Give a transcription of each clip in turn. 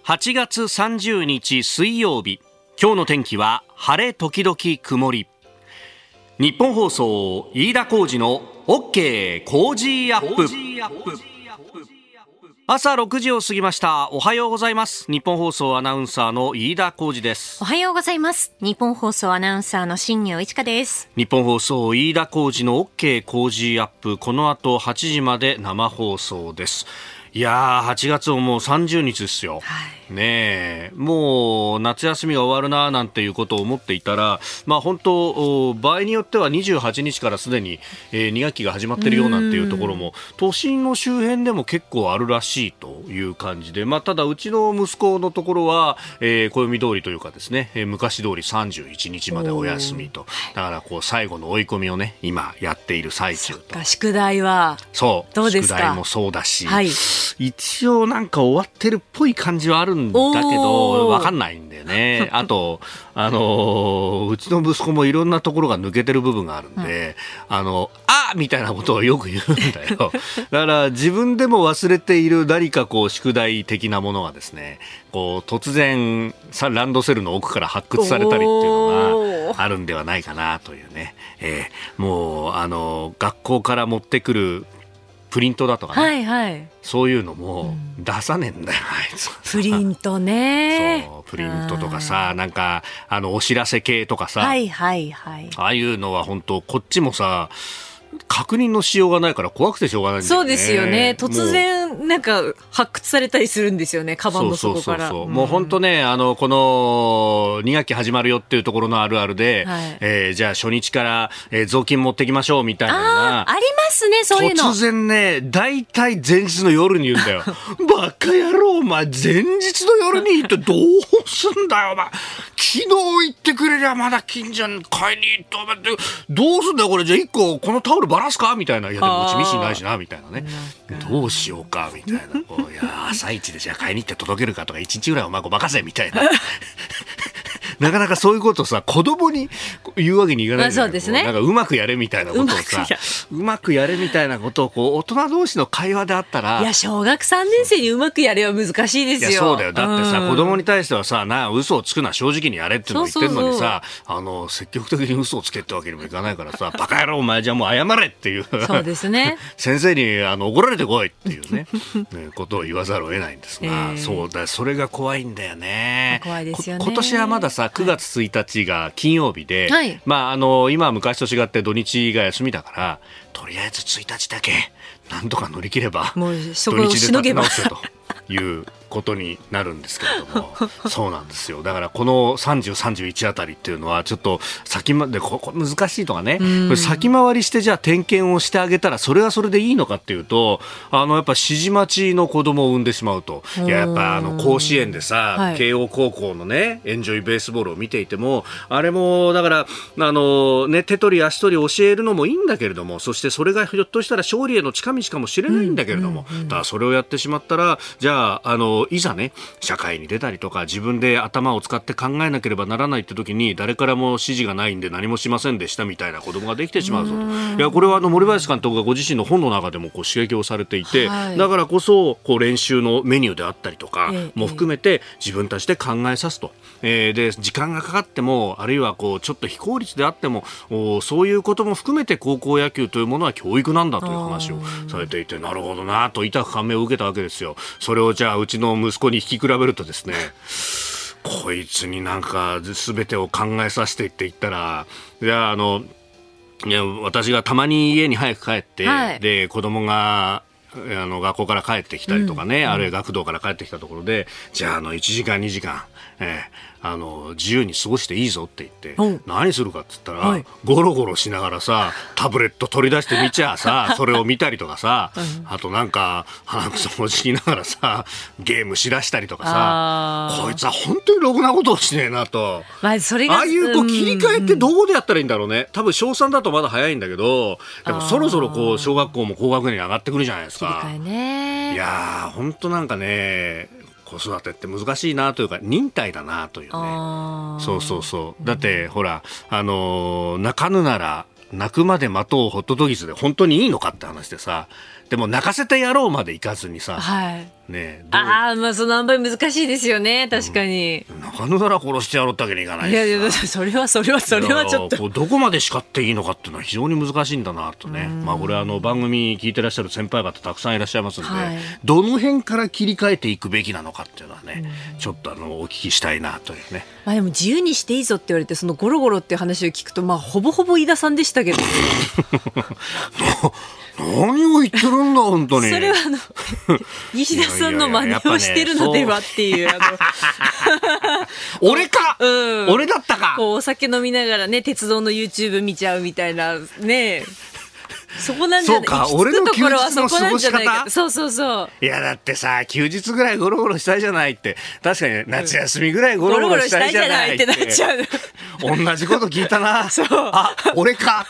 8月30日水曜日、今日の天気は晴れ時々曇り。日本放送飯田浩司の OK 工事アップ。朝6時を過ぎました。おはようございます。日本放送アナウンサーの飯田浩司です。 おはようございます。日本放送アナウンサーの新業一華です。 日本放送飯田浩司の OK 工事アップ、この後8時まで生放送です。いやー、8月ももう30日ですよ、ねえ、もう夏休みが終わるななんていうことを思っていたら、まあ本当場合によっては28日からすでに、2学期が始まってるようなんていうところも都心の周辺でも結構あるらしいという感じで、まあただうちの息子のところは、暦通りというかですね、昔通り31日までお休みと、だからこう最後の追い込みをね今やっている最中と。 そっか、宿題はそうどうですか。 宿題もそうだし、 はい、 一応なんか終わってるっぽい感じはあるんだけど分かんないんだよね。あとうちの息子もいろんなところが抜けてる部分があるんで、みたいなことをよく言うんだよ。だから自分でも忘れている何かこう宿題的なものがですね、こう突然ランドセルの奥から発掘されたりっていうのがあるんではないかなというね、もう学校から持ってくるプリントだとかね、 はいはい、 そういうのも出さねえんだよ、あいつ。 プリントね。 そうプリントとかさ、なんかお知らせ系とかさ、 はいはいはい、 ああいうのは本当こっちもさ確認のしようがないから怖くてしょうがないんだよね。 そうですよね。突然なんか発掘されたりするんですよね、カバンの底から。 そうもう本当ね、この2学期始まるよっていうところのあるあるで、はい、じゃあ初日から、雑巾持ってきましょうみたいなのがありますね、そういうの。 突然ね、大体前日の夜に言うんだよ。バカ野郎、お前前日の夜に行ってどうすんだよ、お前。昨日行ってくれりゃまだ近所に買いに行って、どうすんだよこれ。じゃあ1個このタオルバラすかみたいな。いやでもうちミシンないしなみたいなね。どうしようかみたいな。いや朝一でじゃあ買いに行って届けるかとか、1日ぐらいお前ごまかせみたいな。なかなかそういうことをさ、子供に言うわけにいかないじゃん。 そうですね。 なんかうまくやれみたいなことをさ、うまくやれみたいなことをこう大人同士の会話であったら、 いや小学3年生にうまくやれは難しいですよ。 いやそうだよ。だってさ、子供に対してはさ、嘘をつくな、正直にやれっていうのを言ってるのにさ、積極的に嘘をつけってわけにもいかないからさ、バカ野郎お前じゃあもう謝れっていう。 そうですね。 先生に怒られてこいっていうねことを言わざるを得ないんですが、そうだ、それが怖いんだよね。 怖いですよね。 今年はまださ、9月1日が金曜日で、はい、まあ今は昔と違って土日が休みだから、とりあえず1日だけなんとか乗り切ればもう土日で立て直せということになるんですけれどもそうなんですよ。だからこの30、31あたりっていうのはちょっと先までこ難しいとかね、これ先回りしてじゃあ点検をしてあげたらそれはそれでいいのかっていうと、やっぱ指示待ちの子供を産んでしまうと。いや、やっぱ甲子園でさ、はい、慶応高校のねエンジョイベースボールを見ていても、あれもだからね、手取り足取り教えるのもいいんだけれども、そしてそれがひょっとしたら勝利への近道かもしれないんだけれども、だからそれをやってしまったら、じゃあいざね社会に出たりとか自分で頭を使って考えなければならないって時に誰からも指示がないんで何もしませんでしたみたいな子供ができてしまうぞと。いや、これは森林監督がご自身の本の中でもこう刺激をされていて、はい、だからこそこう練習のメニューであったりとかも含めて自分たちで考えさすと、で時間がかかっても、あるいはこうちょっと非効率であっても、そういうことも含めて高校野球というものは教育なんだという話をされていて、なるほどなと痛く感銘を受けたわけですよ。それをじゃあうちの息子に引き比べるとですね、こいつになんか全てを考えさせていって言ったら、じゃあいや私がたまに家に早く帰って、はい、で子供が学校から帰ってきたりとかね、あるいは学童から帰ってきたところで、じゃあ1時間2時間、自由に過ごしていいぞって言って、何するかって言ったら、はい、ゴロゴロしながらさタブレット取り出してみちゃさそれを見たりとかさ、あとなんか鼻くそもじきながらさゲームしだしたりとかさ、こいつは本当にろくなことをしねえなと、それがああいうこう切り替えってどこでやったらいいんだろうね。多分小3だとまだ早いんだけど、でもそろそろこう小学校も高学年に上がってくるじゃないですか。 切り替えね。 いやー本当なんかね、子育てって難しいなというか忍耐だなというね。そうそうそう。だってほら泣かぬなら泣くまで待とうホットトギスで本当にいいのかって話でさ、でも泣かせてやろうまでいかずにさ、はい、 ね。 まあその塩梅難しいですよね、確かに。 中野なら殺してやろうってわけにいかないしさ。 いやそれはちょっと。 どこまで叱っていいのかっていうのは非常に難しいんだなとね。まあこれ番組聞いてらっしゃる先輩方たくさんいらっしゃいますんで、どの辺から切り替えていくべきなのかっていうのはね、ちょっとお聞きしたいなというね。 まあでも自由にしていいぞって言われて、そのゴロゴロっていう話を聞くと、まあほぼほぼ飯田さんでしたけど。 何を言ってるんだ本当に。 それは飯田さんの真似をしてるのではっていう。 俺か、俺だったか。 こうお酒飲みながらね、鉄道の YouTube 見ちゃうみたいなね。そこなんじゃない。 そうか、俺の休日の過ごし方。 そう。 いやだってさ、休日ぐらいゴロゴロしたいじゃないって。確かに夏休みぐらいゴロゴロしたいじゃないってなっちゃう。同じこと聞いたな。 そう。 俺か。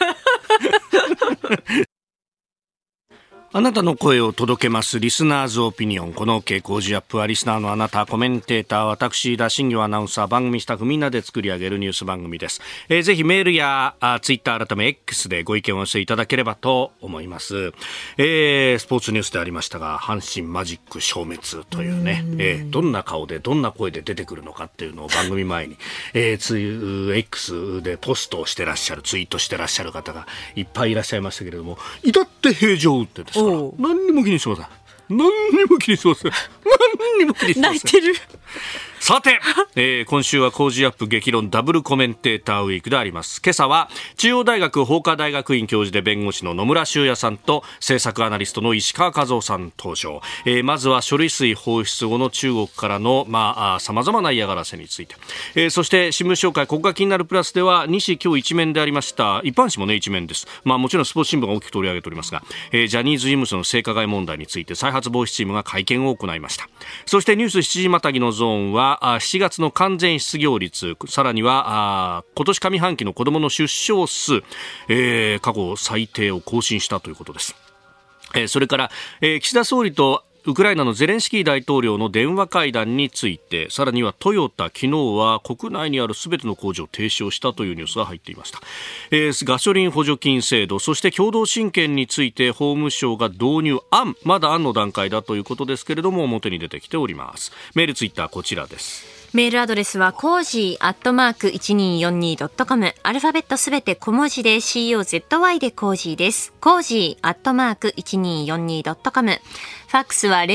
あなたの声を届けますリスナーズオピニオン。この OK 工事アップはリスナーのあなた、コメンテーター、私田新行アナウンサー、番組スタッフみんなで作り上げるニュース番組です。ぜひメールやツイッター改め X でご意見をお寄せいただければと思います。スポーツニュースでありましたが、阪神マジック消滅というね、どんな顔でどんな声で出てくるのかっていうのを番組前に、X でポストをしてらっしゃる、ツイートしてらっしゃる方がいっぱいいらっしゃいましたけれども、至って平常ってです何にも気にしてません。何にも気にしてません。何にも気にしてません。 泣いてる。 さて、今週は工事アップ激論ダブルコメンテーターウィークであります。今朝は中央大学法科大学院教授で弁護士の野村修也さんと政策アナリストの石川和夫さん登場。まずは処理水放出後の中国からの様々な嫌がらせについて、そして新聞紹介国家気になるプラスでは西今日一面でありました一般紙もね一面です。もちろんスポーツ新聞が大きく取り上げておりますが、ジャニーズ事務所の性加害問題について再発防止チームが会見を行いました。そしてニュース7時またぎのゾーンは7月の完全失業率、さらには今年上半期の子どもの出生数、過去最低を更新したということです。それから、岸田総理とウクライナのゼレンスキー大統領の電話会談について、さらにはトヨタ、昨日は国内にあるすべての工場を停止をしたというニュースが入っていました。ガソリン補助金制度、そして共同親権について法務省が導入まだ案の段階だということですけれども、表に出てきております。メールツイッターこちらです。 メールアドレスはコージー@1242.com、アルファベットすべて小文字で COZY でコージーです。コージー@1242.com。ファックスは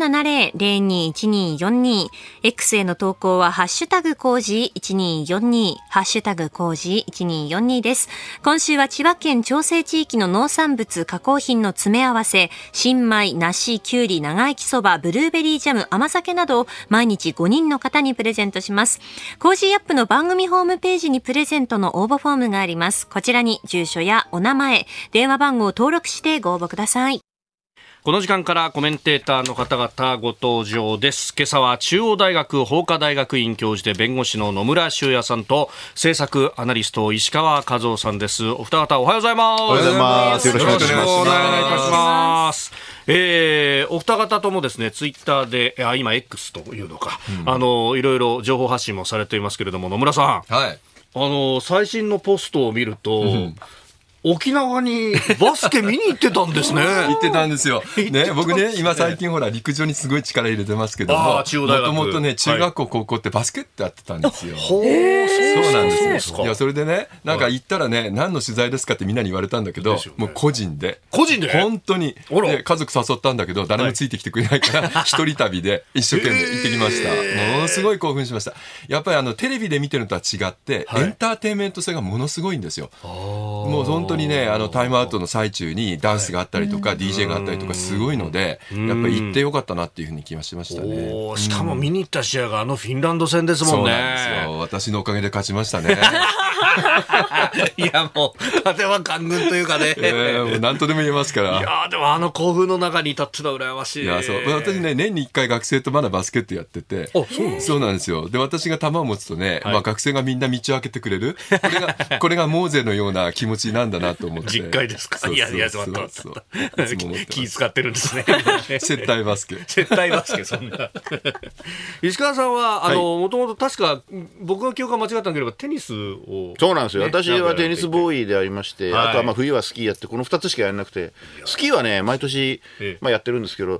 0570-021242。X への投稿はハッシュタグコージー1242、ハッシュタグコージー1242です。今週は千葉県調整地域の農産物加工品の詰め合わせ、新米、梨、きゅうり、長生きそば、ブルーベリージャム、甘酒などを毎日5人の方にプレゼントします。コージーアップの番組ホームページにプレゼントの応募フォームがあります。こちらに住所やお名前、電話番号を登録してご応募ください。 この時間からコメンテーターの方々ご登場です。今朝は中央大学法科大学院教授で弁護士の野村修也さんと政策アナリスト石川和夫さんです。お二方おはようございます。 おはようございます。よろしくお願いします。 お願いいたします。お二方ともですね、ツイッターで今 X というのか、いろいろ情報発信もされていますけれども、野村さん、 はい、 最新のポストを見ると、沖縄にバスケ見に行ってたんですね。 行ってたんですよ。ね、僕ね、今最近ほら陸上にすごい力入れてますけども、もともとね、中学校、高校ってバスケットやってたんですよ。 そうなんですね。いや、それでね、なんか行ったらね、何の取材ですかってみんなに言われたんだけど、もう個人で本当に、ね、家族誘ったんだけど誰もついてきてくれないから一人旅で一生懸命行ってきました。ものすごい興奮しました。やっぱりテレビで見てるのとは違ってエンターテインメント性がものすごいんですよ。もう本当にね、タイムアウトの最中にダンスがあったりとか、DJ があったりとかすごいので、やっぱり行ってよかったなっていうふうに気がしましたね。 しかも見に行った試合がフィンランド戦ですもんね。 そうなんですよ。私のおかげで勝ちましたね。 いや、もう立場官軍というかね、 もう何とでも言えますから。 いやでも興奮の中にいたってのは羨ましい。 いや、そう、私ね、年に1回学生とまだバスケットやってて、そうなんですよ。で、私が球を持つとね、学生がみんな道を開けてくれる、これがモーゼのような気持ちなんだなと思って。 実会ですか。いや待った気使ってるんですね。 接待バスケそんな。石川さんはもともと確か僕の記憶が間違ってなければテニスを。 そうなんですよ。私はテニスボーイでありまして、あとは冬はスキーやって、この2つしかやらなくて、スキーはね毎年やってるんですけど、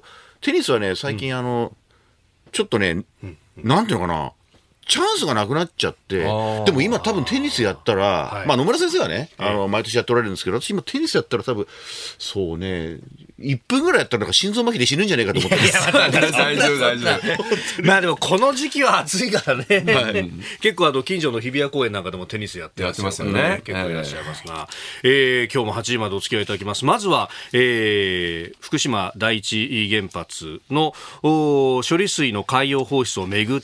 テニスはね、最近ちょっとね、なんていうのかな、チャンスがなくなっちゃって、でも今多分テニスやったら、野村先生はね、毎年やっておられるんですけど、私今テニスやったら多分、そうね、1分ぐらいやったらなんか心臓麻痺で死ぬんじゃないかと思ってます。 大丈夫、大丈夫。 まあでもこの時期は暑いからね。結構近所の日比谷公園なんかでもテニスやってますよね。結構いらっしゃいますが、今日も8時までお付き合いいただきます。まずは、福島第一原発の処理水の海洋放出をめぐって、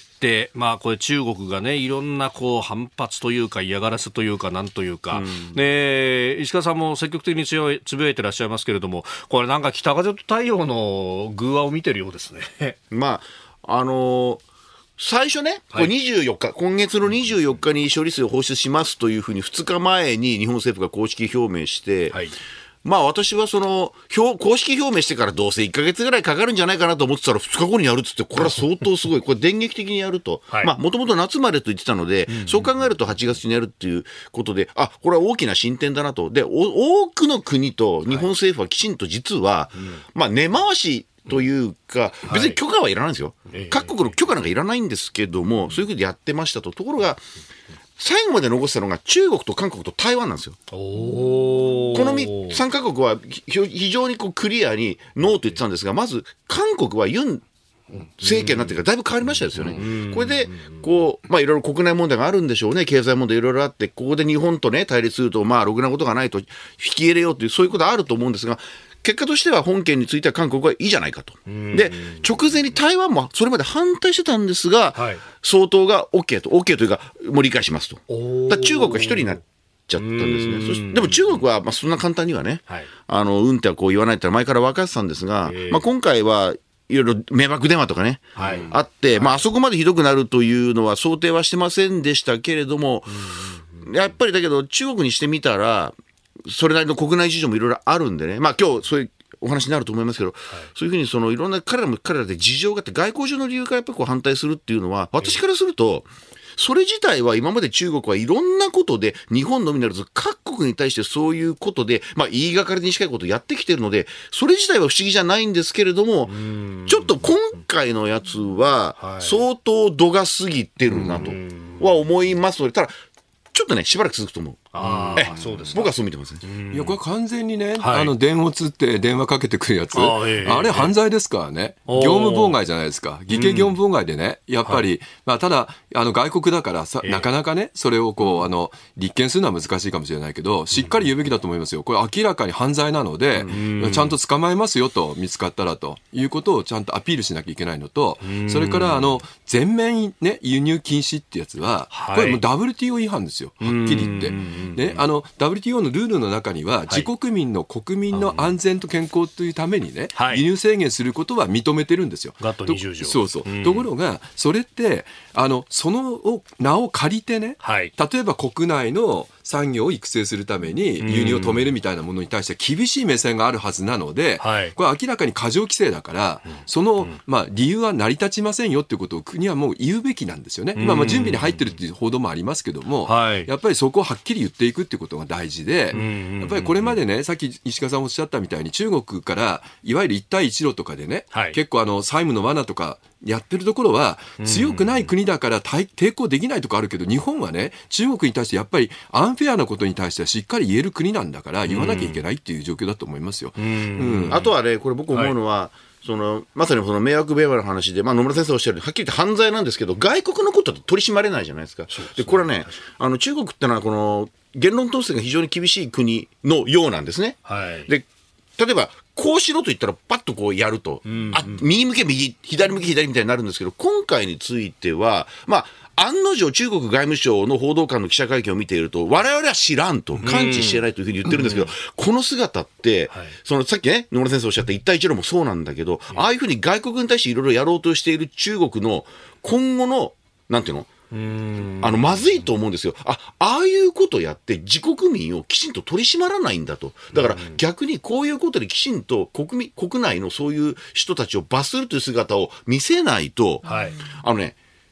まあこれ中国がね、いろんなこう反発というか嫌がらせというかなんというか、石川さんも積極的につぶやいてらっしゃいますけれども、これなんか北風と太陽の偶話を見てるようですね。 まあ最初ね、これ24日、今月の24日に処理水を放出しますというふうに2日前に日本政府が公式表明して、まあ私は公式表明してからどうせ1ヶ月ぐらいかかるんじゃないかなと思ってたら2日後にやるっつって、これは相当すごい。これ電撃的にやると。まあもともと夏までと言ってたので、そう考えると8月にやるっていうことで、これは大きな進展だなと。で、多くの国と日本政府はきちんと実は、まあ根回しというか、別に許可はいらないんですよ。各国の許可なんかいらないんですけども、そういうふうにやってましたと。ところが、最後まで残したのが中国と韓国と台湾なんですよ。この3カ国は非常にクリアにノーと言ってたんですが、まず韓国はユン政権になってからだいぶ変わりましたですよね。これでまあいろいろ国内問題があるんでしょうね。経済問題いろいろあって、ここで日本とね対立するとまあろくなことがないと引き入れようというそういうことあると思うんですが、結果としては本件については韓国はいいじゃないかと。で、直前に台湾もそれまで反対してたんですが、総統が OK というか、もう理解しますと。だ中国が一人になっちゃったんですね。でも中国はまあそんな簡単にはね、うんってはこう言わないって前から分かってたんですが、まあ今回はいろいろ迷惑電話とかね、あって、まああそこまでひどくなるというのは想定はしてませんでしたけれども、やっぱりだけど中国にしてみたら、それなりの国内事情もいろいろあるんでね、まあ今日そういうお話になると思いますけど、そういうふうにいろんな彼らで事情があって、外交上の理由からやっぱり反対するっていうのは、私からすると、それ自体は今まで中国はいろんなことで、日本のみならず各国に対してそういうことで、まあ言いがかりに近いことをやってきてるので、それ自体は不思議じゃないんですけれども、ちょっと今回のやつは相当度が過ぎてるなとは思いますので、ただ、ちょっとね、しばらく続くと思う。そうです。僕はそう見てますね。 いや、これ完全にね、電話つって電話かけてくるやつ、あれ犯罪ですからね。業務妨害じゃないですか。偽計業務妨害でね、やっぱり、まあ、ただ、外国だからなかなかね、それを立件するのは難しいかもしれないけど、しっかり言うべきだと思いますよ。これ明らかに犯罪なので、ちゃんと捕まえますよと、見つかったらということをちゃんとアピールしなきゃいけないのと、それから、全面ね、輸入禁止ってやつは、これもう WTO 違反ですよ。はっきり言って。ね、WTO のルールの中には、自国民の国民の安全と健康というためにね、輸入制限することは認めてるんですよ。 ガット20条。 そうそう。ところが、それって、その名を借りてね、例えば国内の産業を育成するために輸入を止めるみたいなものに対して厳しい目線があるはずなので、これ明らかに過剰規制だから、その、まあ、理由は成り立ちませんよっていうことを国はもう言うべきなんですよね。今、準備に入ってるっていう報道もありますけども、やっぱりそこをはっきり言っていくっていうことが大事で、やっぱりこれまでね、さっき石川さんおっしゃったみたいに中国からいわゆる一帯一路とかでね、結構債務の罠とかやってるところは強くない国だから抵抗できないとこあるけど、日本はね、中国に対してやっぱりアンフェアなことに対してはしっかり言える国なんだから言わなきゃいけないっていう状況だと思いますよ。 あとはね、これ僕思うのは、まさにその迷惑電話の話で、まあ、野村先生おっしゃるようにはっきり言って犯罪なんですけど、外国のことって取り締まれないじゃないですか。でこれはね、中国ってのはこの言論統制が非常に厳しい国のようなんですね。で例えばこうしろと言ったらパッとこうやると、右向け右、左向け左みたいになるんですけど、今回については、まあ案の定中国外務省の報道官の記者会見を見ていると、我々は知らんと、関知してないというふうに言ってるんですけど、この姿って、さっきね、野村先生おっしゃった一帯一路もそうなんだけど、ああいうふうに外国に対していろいろやろうとしている中国の今後の、なんていうの？まずいと思うんですよ。ああいうことをやって自国民をきちんと取り締まらないんだと。だから逆にこういうことできちんと国内のそういう人たちを罰するという姿を見せないと、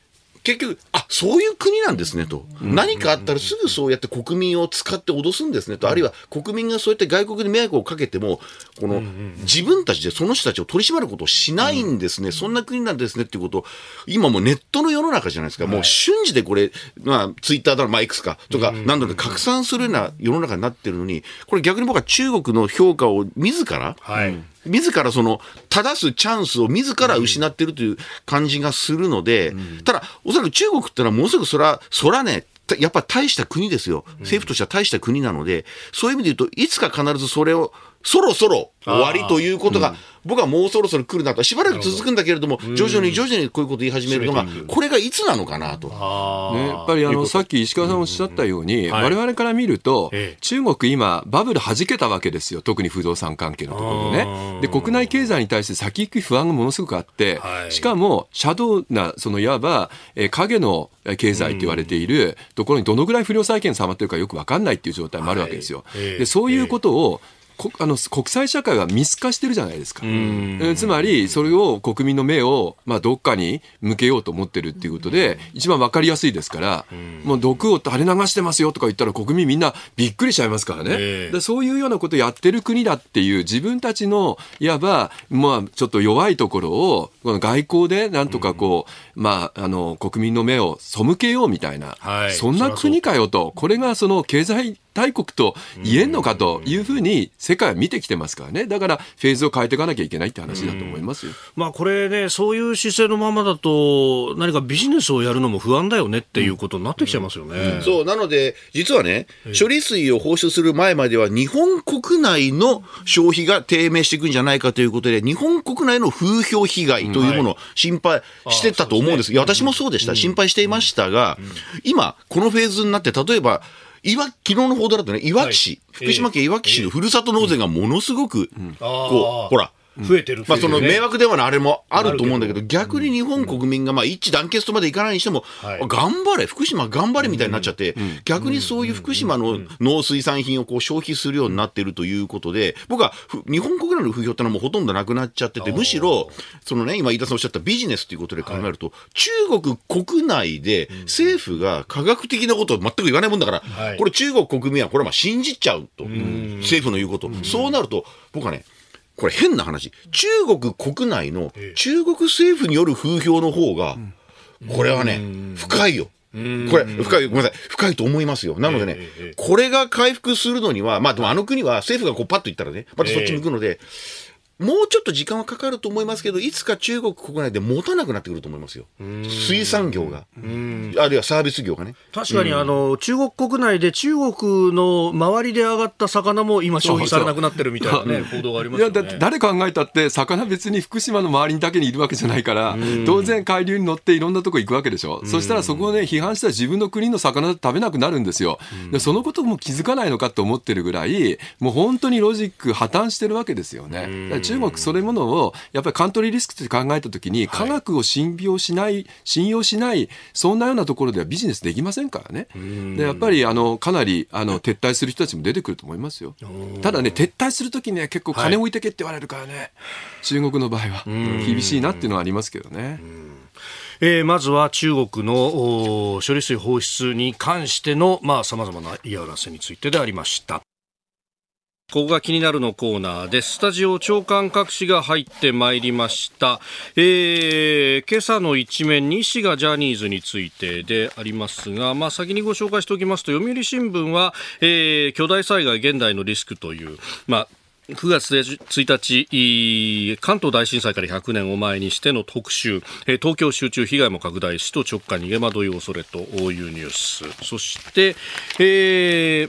結局そういう国なんですねと、何かあったらすぐそうやって国民を使って脅すんですねと、あるいは国民がそうやって外国に迷惑をかけても自分たちでその人たちを取り締まることをしないんですね、そんな国なんですねっていうことを、今もうネットの世の中じゃないですか、もう瞬時でこれ、ツイッターだの、X かとか何度か拡散するような世の中になってるのに、これ逆に僕は中国の評価を自らその正すチャンスを自ら失っているという感じがするので、ただおそらく中国ってのはものすごくそらね、やっぱり大した国ですよ、政府としては大した国なので、そういう意味で言うといつか必ずそれをそろそろ終わりということが、僕はもうそろそろ来るなと、しばらく続くんだけれども、徐々にこういうことを言い始めるのが、これがいつなのかなと。 やっぱりさっき石川さんおっしゃったように、我々から見ると、中国今バブル弾けたわけですよ、特に不動産関係のところでね。で、国内経済に対して先行き不安がものすごくあって、しかもシャドウな、いわば影の経済と言われているところにどのぐらい不良債権が収まっているかよく分かんないっていう状態もあるわけですよ。で、そういうことを国際社会が見透かしてるじゃないですか。つまりそれを国民の目をどっかに向けようと思ってるっていうことで一番わかりやすいですから、もう毒を垂れ流してますよとか言ったら国民みんなびっくりしちゃいますからね。で、そういうようなことをやってる国だっていう自分たちのいわばちょっと弱いところをこの外交でなんとか国民の目を背けようみたいな、そんな国かよと、これがその経済大国と言えんのかというふうに世界は見てきてますからね。だからフェーズを変えていかなきゃいけないって話だと思いますよ。 これね、そういう姿勢のままだと何かビジネスをやるのも不安だよねっていうことになってきちゃいますよね。 そうなので実はね、処理水を放出する前までは日本国内の消費が低迷していくんじゃないかということで、日本国内の風評被害というものを心配してたと思うんです。いや、私もそうでした、心配していましたが、今このフェーズになって、例えば昨日の報道だとね、いわき市、福島県いわき市のふるさと納税がものすごくほら増えてる、 その迷惑電話のあれもあると思うんだけど、逆に日本国民が一致団結とまでいかないにしても、頑張れ福島頑張れみたいになっちゃって、逆にそういう福島の農水産品を消費するようになっているということで、僕は日本国内の風評ってのはもうほとんどなくなっちゃってて、むしろ今飯田さんおっしゃったビジネスということで考えると、中国国内で政府が科学的なことを全く言わないもんだから、これ中国国民はこれ信じちゃうと、政府の言うこと、そうなると僕はね、これ変な話、中国国内の中国政府による風評の方が、これはね、深いよ。これ、深い、ごめんなさい、深いと思いますよ。なのでね、これが回復するのには、でもあの国は政府がパッと言ったらね、またそっち向くので、もうちょっと時間はかかると思いますけど、いつか中国国内で持たなくなってくると思いますよ。水産業が、あるいはサービス業がね。 確かに中国国内で中国の周りで上がった魚も今消費されなくなってるみたいなね、報道がありますよね。 いや、誰考えたって魚別に福島の周りにだけにいるわけじゃないから、当然海流に乗っていろんなとこ行くわけでしょ。そしたらそこをね、批判したら自分の国の魚だって食べなくなるんですよ。で、そのことも気づかないのかと思ってるぐらい、もう本当にロジック破綻してるわけですよね。中国それものをやっぱりカントリーリスクと考えたときに、科学を信用しない、そんなようなところではビジネスできませんからね。で、やっぱりかなり撤退する人たちも出てくると思いますよ。ただね、撤退するときにね、結構金置いてけって言われるからね、中国の場合は厳しいなっていうのはありますけどね。 まずは中国の処理水放出に関しての様々な嫌がらせについてでありました。ここが気になるのコーナーです。スタジオ長官各紙が入ってまいりました。今朝の一面、西がジャニーズについてでありますが、先にご紹介しておきますと、読売新聞は、巨大災害現代のリスクという、9月1日、関東大震災から100年を前にしての特集、東京集中被害も拡大しと直下逃げ惑い恐れというニュース。そして、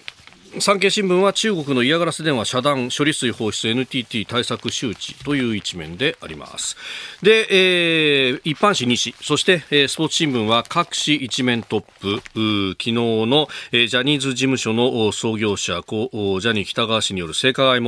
産経新聞は中国の嫌がらせ電話遮断、処理水放出 NTT 対策周知という一面であります。で、一般紙2紙、そして、スポーツ新聞は各紙一面トップ、昨日の、ジャニーズ事務所の創業者ジャニー喜多川氏による性加害問題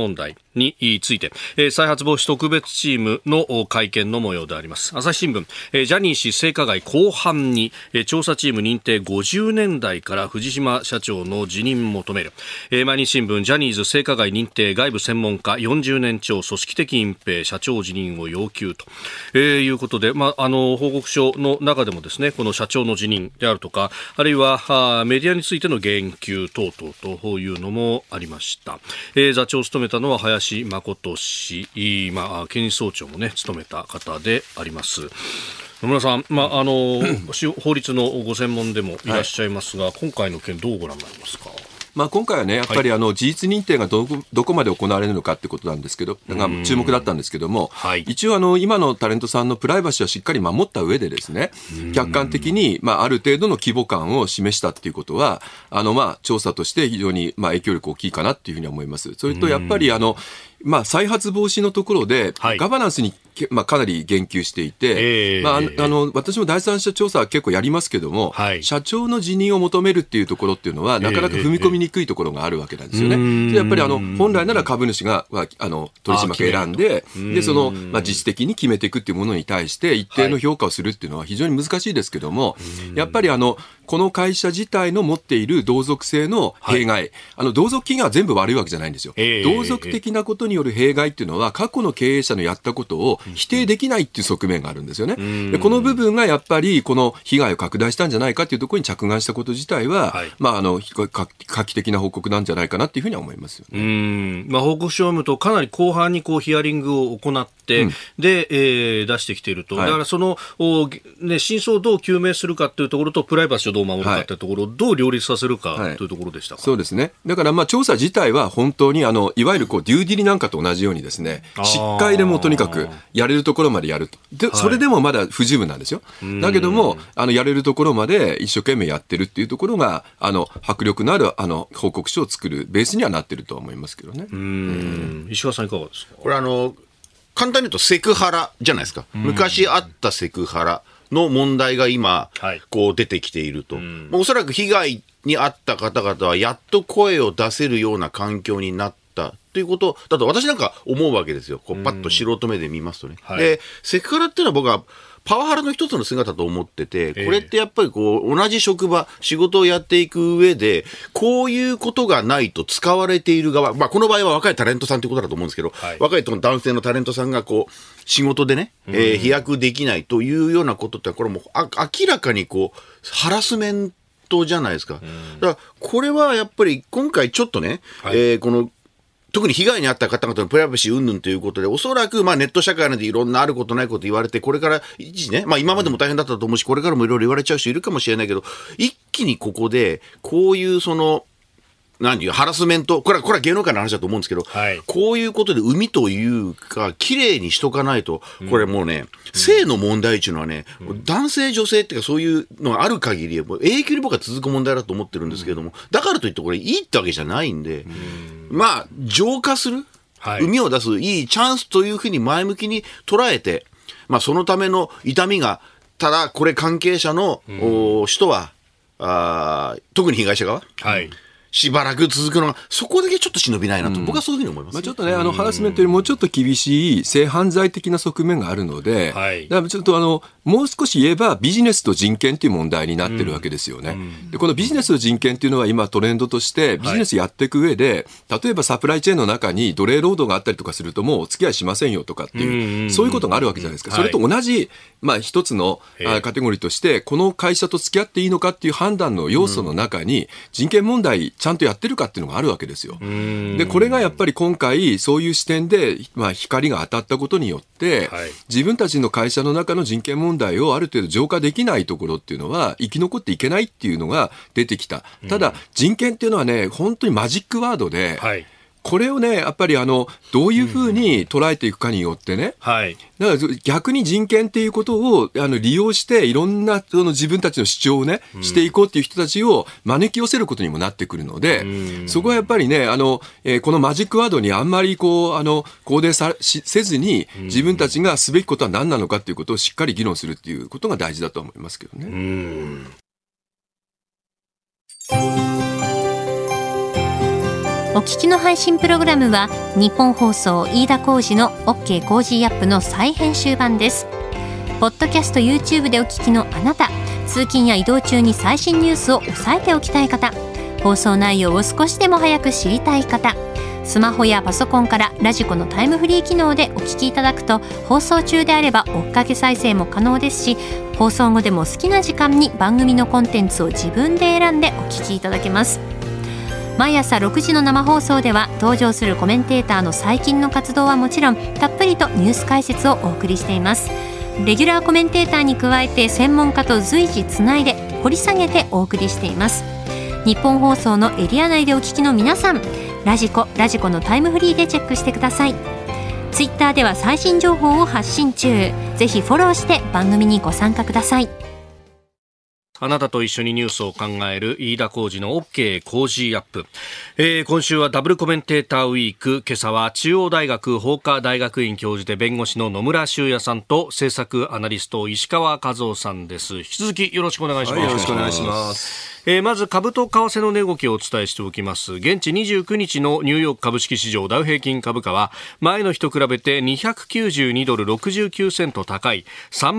について、再発防止特別チームの会見の模様であります。朝日新聞、ジャニー氏性加害後半に、調査チーム認定50年代から藤島社長の辞任求める。毎日新聞、ジャニーズ性加害認定外部専門家40年超組織的隠蔽社長辞任を要求と、いうことで、報告書の中でもですね、この社長の辞任であるとか、あるいはメディアについての言及等々というのもありました。座長を務めたのは林誠氏、検事総長もね務めた方であります。野村さん、法律のご専門でもいらっしゃいますが、今回の件どうご覧になりますか？ 今回はね、やっぱり事実認定がどこまで行われるのかってことなんですけど、注目だったんですけども、一応今のタレントさんのプライバシーはしっかり守った上でですね、客観的にある程度の規模感を示したっていうことは、調査として非常に影響力大きいかなっていうふうに思います。それとやっぱり再発防止のところで、ガバナンスにかなり言及していて、私も第三者調査は結構やりますけども、社長の辞任を求めるっていうところっていうのは、なかなか踏み込みにくいところがあるわけなんですよね。やっぱり本来なら株主が取締役選んで、自主的に決めていくっていうものに対して一定の評価をするっていうのは非常に難しいですけども、やっぱりこの会社自体の持っている同族性の弊害、同族企業は全部悪いわけじゃないんですよ。同族的なことによる弊害っていうのは、過去の経営者のやったことを否定できないっていう側面があるんですよね。でこの部分がやっぱりこの被害を拡大したんじゃないかっていうところに着眼したこと自体は、画期的な報告なんじゃないかなっていうふうには思いますよね。 報告書を読むとかなり広範にヒアリングを行って、で、出してきていると、だからその、真相をどう究明するかというところとプライバシーをどう守るかというところをどう両立させるかというところでしたか？ そうですね。だから調査自体は本当にいわゆるデューディリなんかと同じようにですね、しっかりでもとにかくやれるところまでやると。でそれでもまだ不十分なんですよ。だけどもやれるところまで一生懸命やってるっていうところが迫力のある報告書を作るベースにはなってるとは思いますけどね。 石川さんいかがですか？ これ簡単に言うとセクハラじゃないですか。昔あったセクハラの問題が今、出てきていると。おそらく被害に遭った方々はやっと声を出せるような環境になったということだと私なんか思うわけですよ。パッと素人目で見ますとね。で、セクハラっていうのは僕はパワハラの一つの姿と思ってて、これってやっぱり同じ職場、仕事をやっていく上で、こういうことがないと使われている側、この場合は若いタレントさんということだと思うんですけど、若い男性のタレントさんが仕事でね、飛躍できないというようなことって、これも明らかにハラスメントじゃないですか。だから、これはやっぱり今回ちょっとね、特に被害に遭った方々のプライバシー云々ということで、おそらくネット社会なんでいろんなあることないこと言われて、これから一時ね、今までも大変だったと思うし、これからもいろいろ言われちゃう人いるかもしれないけど、一気にここで、こういうハラスメント、これは芸能界の話だと思うんですけど、こういうことで海というか、綺麗にしとかないと、これもうね、性の問題っていうのはね、男性女性っていうかそういうのがある限り、永久に僕は続く問題だと思ってるんですけれども、だからといってこれいいってわけじゃないんで、浄化する、海を出すいいチャンスというふうに前向きに捉えて、そのための痛みが、ただこれ関係者の人は、特に被害者側、しばらく続くのが、そこだけちょっと忍びないなと、僕はそういうふうに思います。 ちょっとね、ハラスメントよりもちょっと厳しい性犯罪的な側面があるので、だからちょっともう少し言えばビジネスと人権という問題になってるわけですよね。でこのビジネスと人権というのは今トレンドとしてビジネスやっていく上で、例えばサプライチェーンの中に奴隷労働があったりとかするともうお付き合いしませんよとかっていう、そういうことがあるわけじゃないですか。それと同じ、一つのカテゴリーとして、この会社と付き合っていいのかっていう判断の要素の中に人権問題ちゃんとやってるかっていうのがあるわけですよ。でこれがやっぱり今回そういう視点で、光が当たったことによって、自分たちの会社の中の人権問題をある程度浄化できないところっていうのは生き残っていけないっていうのが出てきた。ただ人権っていうのはね、本当にマジックワードで、これをね、やっぱりどういうふうに捉えていくかによってね、だから逆に人権っていうことを利用していろんな自分たちの主張をね、していこうっていう人たちを招き寄せることにもなってくるので、そこはやっぱりね、このマジックワードにあんまり肯定せずに、自分たちがすべきことは何なのかっていうことをしっかり議論するっていうことが大事だと思いますけどね。 お聞きの配信プログラムは日本放送飯田浩司の OK コージーアップの再編集版です。ポッドキャスト YouTube でお聞きのあなた、通勤や移動中に最新ニュースを押さえておきたい方、放送内容を少しでも早く知りたい方、スマホやパソコンからラジコのタイムフリー機能でお聞きいただくと、放送中であれば追っかけ再生も可能ですし、放送後でも好きな時間に番組のコンテンツを自分で選んでお聞きいただけます。毎朝6時の生放送では登場するコメンテーターの最近の活動はもちろん、たっぷりとニュース解説をお送りしています。レギュラーコメンテーターに加えて専門家と随時つないで掘り下げてお送りしています。日本放送のエリア内でお聞きの皆さん、ラジコのタイムフリーでチェックしてください。ツイッターでは最新情報を発信中。ぜひフォローして番組にご参加ください。 あなたと一緒にニュースを考える飯田浩司の OK コージーアップ。今週はダブルコメンテーターウィーク。今朝は中央大学法科大学院教授で弁護士の野村修也さんと政策アナリスト石川和夫さんです。引き続きよろしくお願いします。 はい、よろしくお願いします。 まず株と為替の値動きをお伝えしておきます。現地29日のニューヨーク株式市場ダウ平均株価は前の日と比べて292ドル69セント高い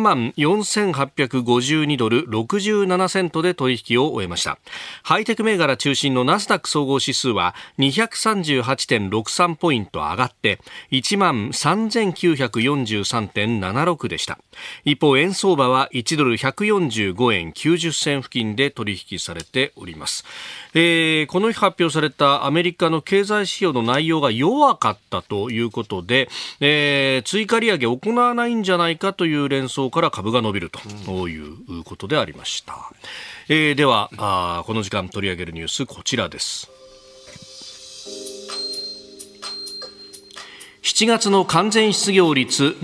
34,852 ドル67セントで取引を終えました。ハイテク銘柄中心のナスダック総合指数は 238.63 ポイント上がって 13,943.76 でした。一方円相場は1ドル145円90銭付近で取引されております。この日発表されたアメリカの経済指標の内容が弱かったということで、追加利上げを行わないんじゃないかという連想から株が伸びるということでありました。ではこの時間取り上げるニュース、こちらです。7月の完全失業率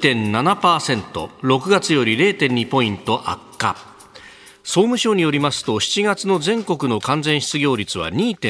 2.7%、6月より 0.2 ポイント悪化。総務省によりますと、7月の全国の完全失業率は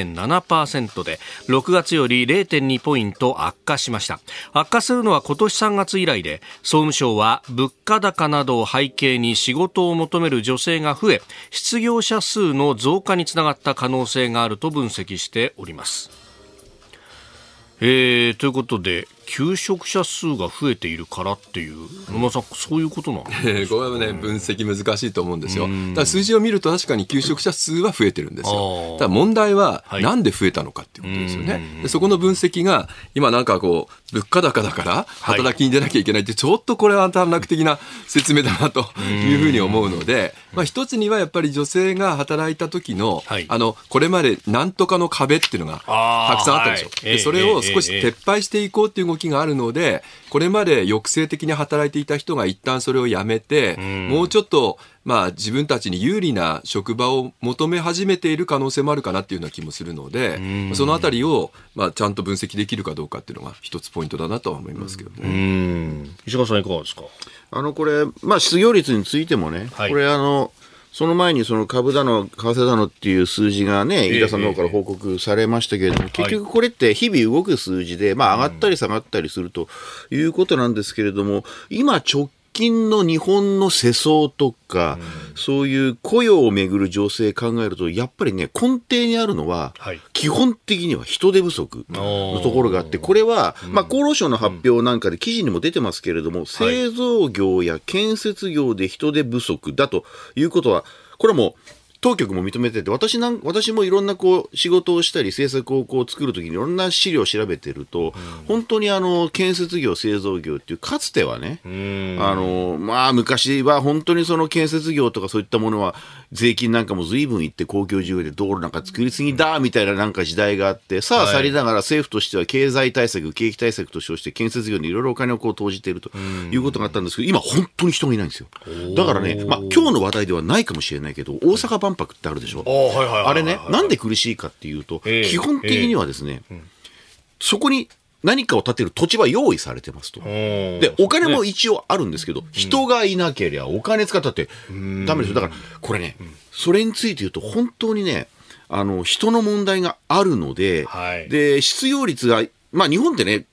2.7% で、6月より 0.2 ポイント悪化しました。悪化するのは今年3月以来で、総務省は物価高などを背景に仕事を求める女性が増え、失業者数の増加につながった可能性があると分析しております。ということで、求職者数が増えているからっていう、野村さん、そういうことなの？これはね、分析難しいと思うんですよ。だから数字を見ると確かに求職者数は増えてるんですよ。ただ問題はなんで増えたのかっていうことですよね。でそこの分析が今なんかこう物価高だから働きに出なきゃいけないって、ちょっとこれは短絡的な説明だなというふうに思うので、一つにはやっぱり女性が働いた時の、これまでなんとかの壁っていうのがたくさんあったでしょ。でそれを少し撤廃していこうっていう動きがあるので、これまで抑制的に働いていた人が一旦それをやめて、もうちょっと自分たちに有利な職場を求め始めている可能性もあるかなっていうような気もするので、そのあたりをちゃんと分析できるかどうかっていうのが一つポイントだなとは思いますけどね。 石川さんいかがですか？ これ、失業率についてもね、これその前にその株だの為替だのっていう数字がね、飯田さんの方から報告されましたけれども、結局これって日々動く数字で、上がったり下がったりするということなんですけれども、今直近の日本の世相とか、そういう雇用をめぐる情勢考えると、やっぱりね、根底にあるのは、基本的には人手不足のところがあって、これは、厚労省の発表なんかで記事にも出てますけれども、製造業や建設業で人手不足だということは、これはもう、当局も認めてて、私もいろんな仕事をしたり政策を作るときにいろんな資料を調べてると、本当に建設業製造業っていうかつてはね、昔は本当にその建設業とかそういったものは税金なんかも随分いって公共事業で道路なんか作りすぎだみたいななんか時代があって、さあ去りながら政府としては経済対策景気対策と称して建設業にいろいろお金を投じているということがあったんですけど、今本当に人がいないんですよ。だからね、今日の話題ではないかもしれないけど、大阪万博ってあるでしょ。あれね、なんで苦しいかっていうと、基本的にはですね、そこに何かを建てる土地は用意されてますと。で、お金も一応あるんですけど、人がいなければお金使ったってダメですよ。だからこれね、それについて言うと本当にね、人の問題があるので、で、失業率が日本ってね、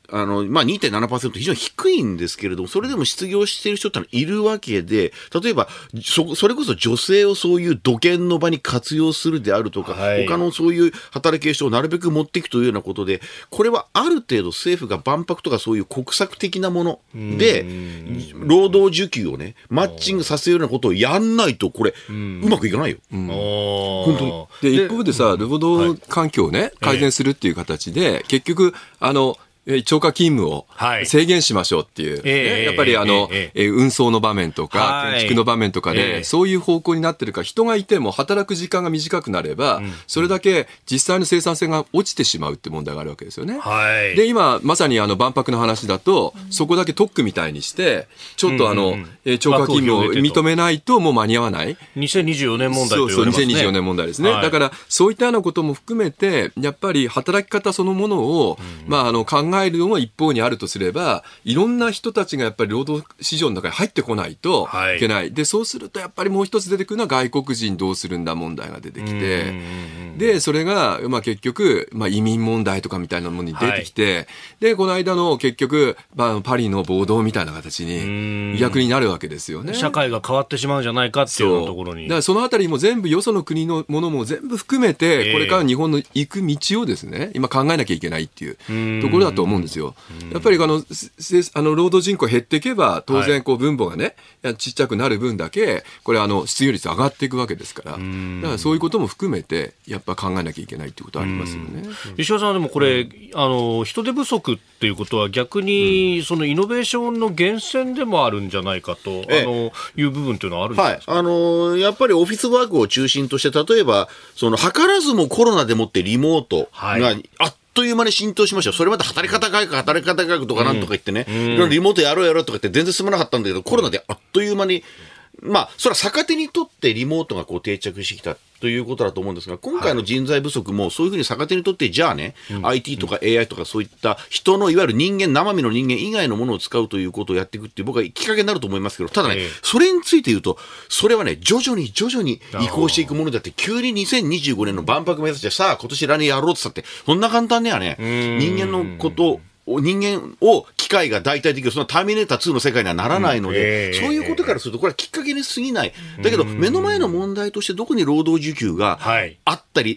2.7% 非常に低いんですけれども、それでも失業している人ってのはいるわけで、例えばそれこそ女性をそういう土建の場に活用するであるとか、他のそういう働き手をなるべく持っていくというようなことで、これはある程度政府が万博とかそういう国策的なもので労働需給をねマッチングさせるようなことをやんないとこれうまくいかないよ。本当に。 で一方でさ、労働環境をね改善するっていう形で、結局超過勤務を制限しましょうっていう、やっぱり運送の場面とか建築の場面とかでそういう方向になってるから、人がいても働く時間が短くなれば、それだけ実際の生産性が落ちてしまうって問題があるわけですよね。で今まさに万博の話だと、そこだけ特区みたいにしてちょっと超過勤務を認めないともう間に合わない。 2024年問題と言われますね。 2024年問題ですね。だからそういったようなことも含めて、やっぱり働き方そのものを考えるのも一方にあるとすれば、いろんな人たちがやっぱり労働市場の中に入ってこないといけない。でそうするとやっぱりもう一つ出てくるのは外国人どうするんだ問題が出てきて、でそれが結局移民問題とかみたいなものに出てきて、でこの間の結局パリの暴動みたいな形に逆になるわけですよね。 社会が変わってしまうんじゃないかっていうところに。 だからそのあたりも全部よその国のものも全部含めて、これから日本の行く道をですね今考えなきゃいけないっていうところだと思うんですよ。やっぱり労働人口減っていけば当然分母がねちっちゃくなる分だけこれ失業率上がっていくわけですから、だからそういうことも含めてやっぱ考えなきゃいけないっていうことはありますよね。 石川さん、でもこれ人手不足っていうことは逆にそのイノベーションの源泉でもあるんじゃないかという部分というのはあるんですか。 やっぱりオフィスワークを中心として、例えば図らずもコロナでもってリモートがあっという間に浸透しましたよ。それまで働き方改革とかなんとか言ってね、いろいろリモートやろうとか言って全然進まなかったんだけど、コロナであっという間にそれは逆手にとってリモートが定着してきたということだと思うんですが、今回の人材不足もそういうふうに逆手にとって、じゃあね、IT とか AI とかそういった人のいわゆる生身の人間以外のものを使うということをやっていくっていう僕はきっかけになると思いますけど、ただね、それについて言うと、それはね、徐々に移行していくものだって、急に2025年の万博目指して、さあ今年来年やろうって言ったって、そんな簡単にはね、人間を機械が代替できる、そのターミネーター2の世界にはならないので、そういうことからするとこれはきっかけに過ぎない。だけど目の前の問題としてどこに労働需給があったり、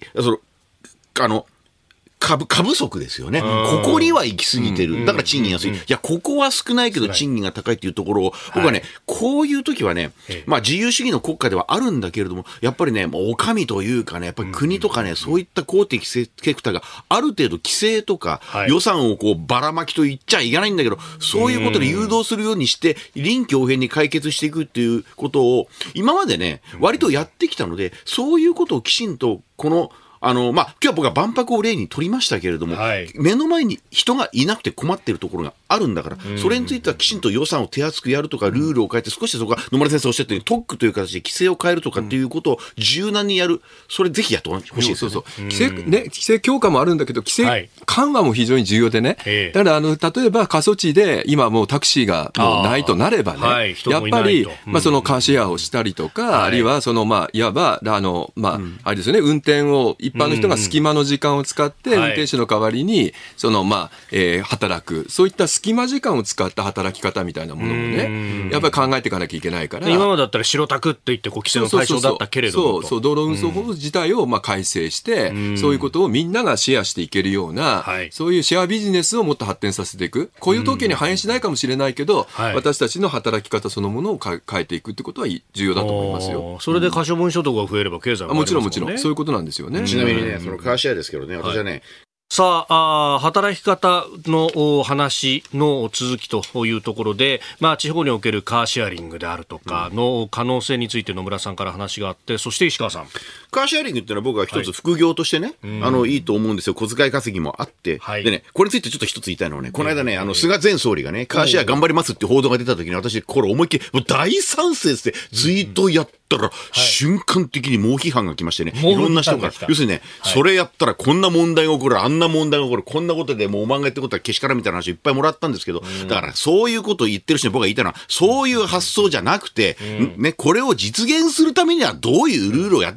過不足ですよね。ここには行き過ぎてる。だから賃金安い。いや、ここは少ないけど賃金が高いっていうところを、僕はね、こういう時はね、自由主義の国家ではあるんだけれども、やっぱりね、お上というかね、やっぱり国とかね、そういった公的セクターがある程度規制とか、予算をばらまきと言っちゃいけないんだけど、そういうことで誘導するようにして、臨機応変に解決していくっていうことを、今までね、割とやってきたので、そういうことをきちんと、今日は僕は万博を例に取りましたけれども、目の前に人がいなくて困っているところがあるんだから、それについてはきちんと予算を手厚くやるとか、ルールを変えて、少しそこが野村先生おっしゃったように特区という形で規制を変えるとかっていうことを柔軟にやる、それぜひやってほしいですよね。 規制強化もあるんだけど、規制緩和も非常に重要でね、だから例えば過疎地で今もうタクシーがもうないとなればね、やっぱりそのカーシェアをしたりとか、あるいはいわばあれですよね、運転を一般の人が隙間の時間を使って運転手の代わりに働く、そういった隙間時間を使った働き方みたいなものもね、やっぱり考えていかなきゃいけないから。 今までだったら白タクって言って規制の対象だったけれども、 道路運送法自体を改正して、そういうことをみんながシェアしていけるような、そういうシェアビジネスをもっと発展させていく。雇用統計に反映しないかもしれないけど、私たちの働き方そのものを変えていくってことは重要だと思いますよ。 それで可処分所得が増えれば経済が、 もちろんそういうことなんですよね。 ちなみにね、そのカーシェアですけどね、私はね、 さあ、働き方の話の続きというところで、地方におけるカーシェアリングであるとかの可能性について野村さんから話があって、そして石川さん。 カーシェアリングっていうのは僕は一つ副業としてね、いいと思うんですよ。小遣い稼ぎもあって。でね、これについてちょっと一つ言いたいのはね、この間ね、菅前総理がね、カーシェア頑張りますって報道が出た時に、私、これ思いっきり、大賛成ってツイートやったら、瞬間的に猛批判が来ましてね、いろんな人から、要するにね、それやったらこんな問題が起こる、あんな問題が起こる、こんなことでもうおまんがってことはけしからんみたいな話いっぱいもらったんですけど、だからそういうことを言ってる人に僕が言いたいのは、そういう発想じゃなくて、ね、これを実現するためにはどういうルールをやってもいいかっていう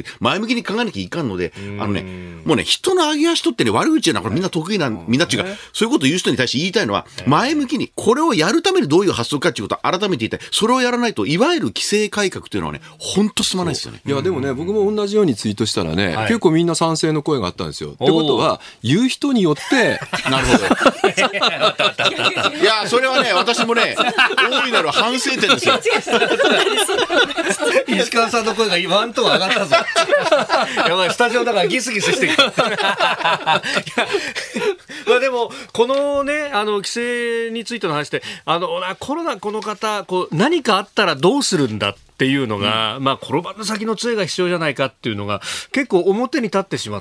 前向きに考えなきゃいかんので、もうね、人の上げ足取ってね、悪口はこれみんな得意な、みんなっていうか、そういうことを言う人に対して言いたいのは、前向きに、これをやるためにどういう発想かっていうことを改めて言いたい。それをやらないと、いわゆる規制改革っていうのはね、本当進まないですよね。 いや、でもね、僕も同じようにツイートしたらね、結構みんな賛成の声があったんですよ。ってことは、言う人によって、 なるほど。いや、それはね、私もね、大いなる反省点ですよ。 石川さんの声が今ワントーン上がったぞ。やばい、スタジオだからギスギスしてきた。まあでも、このね、規制についての話で、コロナこの方、何かあったらどうするんだっていうのが、まあ、転ばぬ先の杖が必要じゃないかっていうのが結構表に立ってしまって、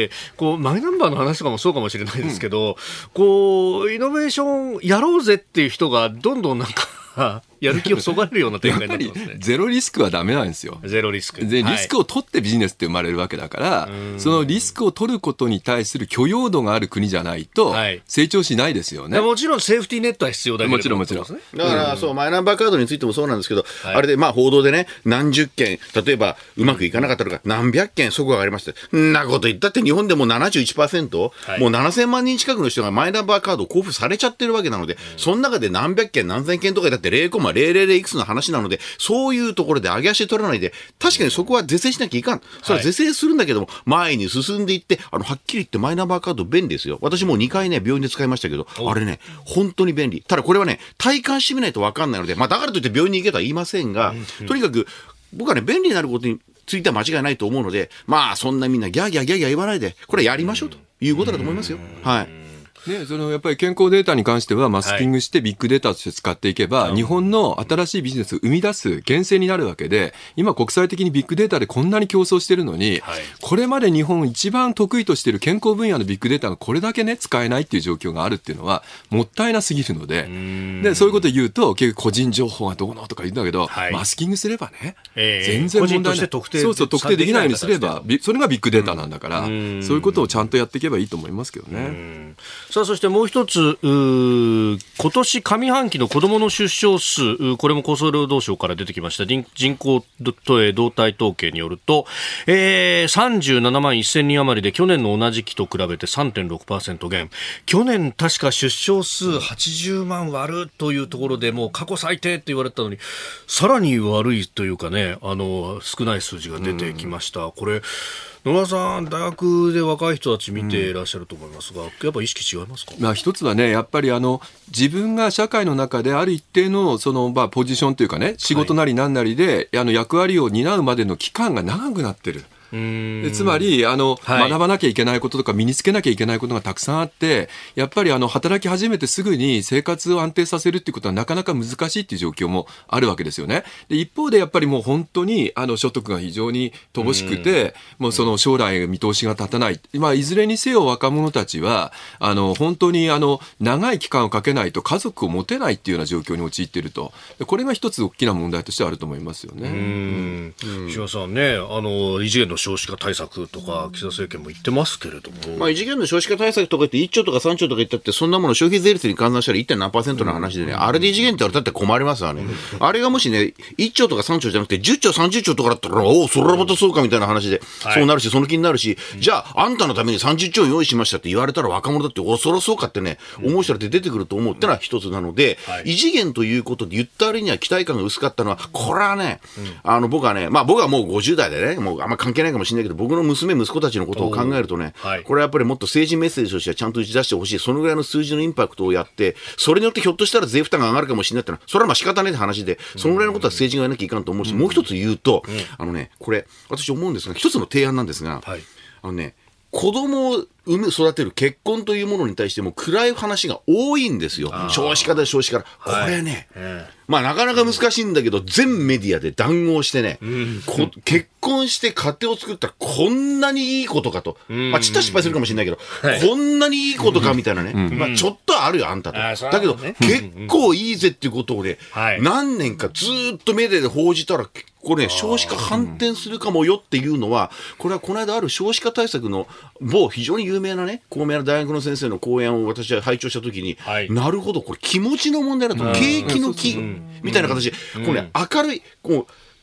マイナンバーの話とかもそうかもしれないですけど、イノベーションやろうぜっていう人がどんどんなんかやる気をそがれるような展開になってますね。 ゼロリスクはダメなんですよ。 ゼロリスク。 で、リスクを取ってビジネスって生まれるわけだから、そのリスクを取ることに対する許容度がある国じゃないと、成長しないですよね。 もちろんセーフティーネットは必要だけど。 もちろんもちろん。 だから、そう、マイナンバーカードについてもそうなんですけど、あれで、まあ、報道でね、何十件、例えば、うまくいかなかったとか、何百件、そこが上がりました。んなこと言ったって、日本でも 71%、もう7000万人近くの人がマイナンバーカードを交付されちゃってるわけなので、その中で何百件、何千件とかだって 0,000 いくつの話なので、そういうところで上げ足取らないで、確かにそこは是正しなきゃいかん。それは是正するんだけども、前に進んでいって、はっきり言ってマイナンバーカード便利ですよ。私もう2回ね、病院で使いましたけど、あれね、本当に便利。ただこれはね、体感してみないと分かんないので、まあだからといって病院に行けとは言いませんが、とにかく、僕はね、便利になることについては間違いないと思うので、まあそんなみんなギャーギャーギャーギャー言わないで、これやりましょうということだと思いますよ。はい。 ね、やっぱり健康データに関してはマスキングしてビッグデータとして使っていけば、日本の新しいビジネスを生み出す源泉になるわけで、今国際的にビッグデータでこんなに競争してるのに、これまで日本一番得意としている健康分野のビッグデータがこれだけね、使えないっていう状況があるっていうのはもったいなすぎるので、そういうことを言うと結局個人情報がどうのとか言うんだけど、マスキングすればね、全然問題ない。特定できないようにすれば、それがビッグデータなんだから、そういうことをちゃんとやっていけばいいと思いますけどね。 さあ、そしてもう一つ、今年上半期の子どもの出生数、これも厚生労働省から出てきました人口動態統計によると、37万1000人余りで去年の同じ期と比べて 3.6% 減。去年確か出生数80万割るというところでもう過去最低って言われたのに、さらに悪いというかね、少ない数字が出てきました。これ野村さん、大学で若い人たち見ていらっしゃると思いますが、やっぱ意識違いますか？ まあ、一つはね、やっぱり自分が社会の中である一定のポジションというかね、仕事なりなんなりで、役割を担うまでの期間が長くなってる。つまり学ばなきゃいけないこととか身につけなきゃいけないことがたくさんあって、やっぱり働き始めてすぐに生活を安定させるっていうことはなかなか難しいっていう状況もあるわけですよね。で、一方でやっぱりもう本当に所得が非常に乏しくて、もうその将来見通しが立たない、まあ、いずれにせよ若者たちは本当に長い期間をかけないと家族を持てないっていうような状況に陥っていると。これが一つ大きな問題としてあると思いますよね。 石破さんね、異次元の少子化対策とか岸田政権も言ってますけれども、 まあ、異次元の少子化対策とか言って1兆とか3兆とか言ったって、そんなもの消費税率に換算したら 1. 何%の話でね、あれで異次元って言われたって困りますわね。あれがもしね、1兆とか3兆じゃなくて10兆30兆とかだったら、それはまたそうかみたいな話で、そうなるしその気になるし、じゃああんたのために30兆用意しましたって言われたら若者だってそろそうかってね、思う人だって出てくると思うってのは一つなので、異次元ということで言った割には期待感が薄かったのは、これはね、僕はね、まあ僕はもう50代でね、もうあんま関係ないかもしれないけど、僕の息子たちのことを考えるとね、これはやっぱりもっと政治メッセージとしてはちゃんと打ち出してほしい。そのぐらいの数字のインパクトをやって、それによってひょっとしたら税負担が上がるかもしれないってのは、それはまあ仕方ないって話で、そのぐらいのことは政治がやらなきゃいかんと思うし、もう一つ言うと、これ私思うんですが、一つの提案なんですが、子供を育てる結婚というものに対しても暗い話が多いんですよ。少子化だ少子化だ。これね、まあなかなか難しいんだけど、全メディアで談合してね、結婚して家庭を作ったらこんなにいいことかと。まあちっと失敗するかもしれないけど、こんなにいいことかみたいなね。まあちょっとあるよ、あんたと。だけど、結構いいぜっていうことをね、何年かずっとメディアで報じたら、これね、少子化反転するかもよっていうのは、これはこの間ある少子化対策の非常に有名なね、高名な大学の先生の講演を私は拝聴したときに、なるほど、これ気持ちの問題だと、景気の気みたいな形で、これね、明るい、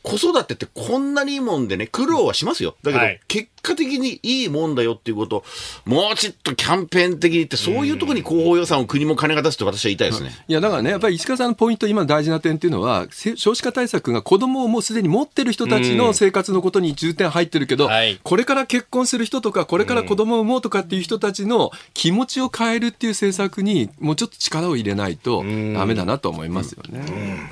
子育てってこんなにいいもんでね、苦労はしますよ。だけど、結果的にいいもんだよっていうことを、もうちょっとキャンペーン的に言って、そういうところに広報予算を国も金が出すって私は言いたいですね。 いや、だからね、やっぱり石川さんのポイント、今大事な点っていうのは、少子化対策が子供をもうすでに持ってる人たちの生活のことに重点入ってるけど、これから結婚する人とか、これから子供を産もうとかっていう人たちの気持ちを変えるっていう政策に、もうちょっと力を入れないとダメだなと思いますよね。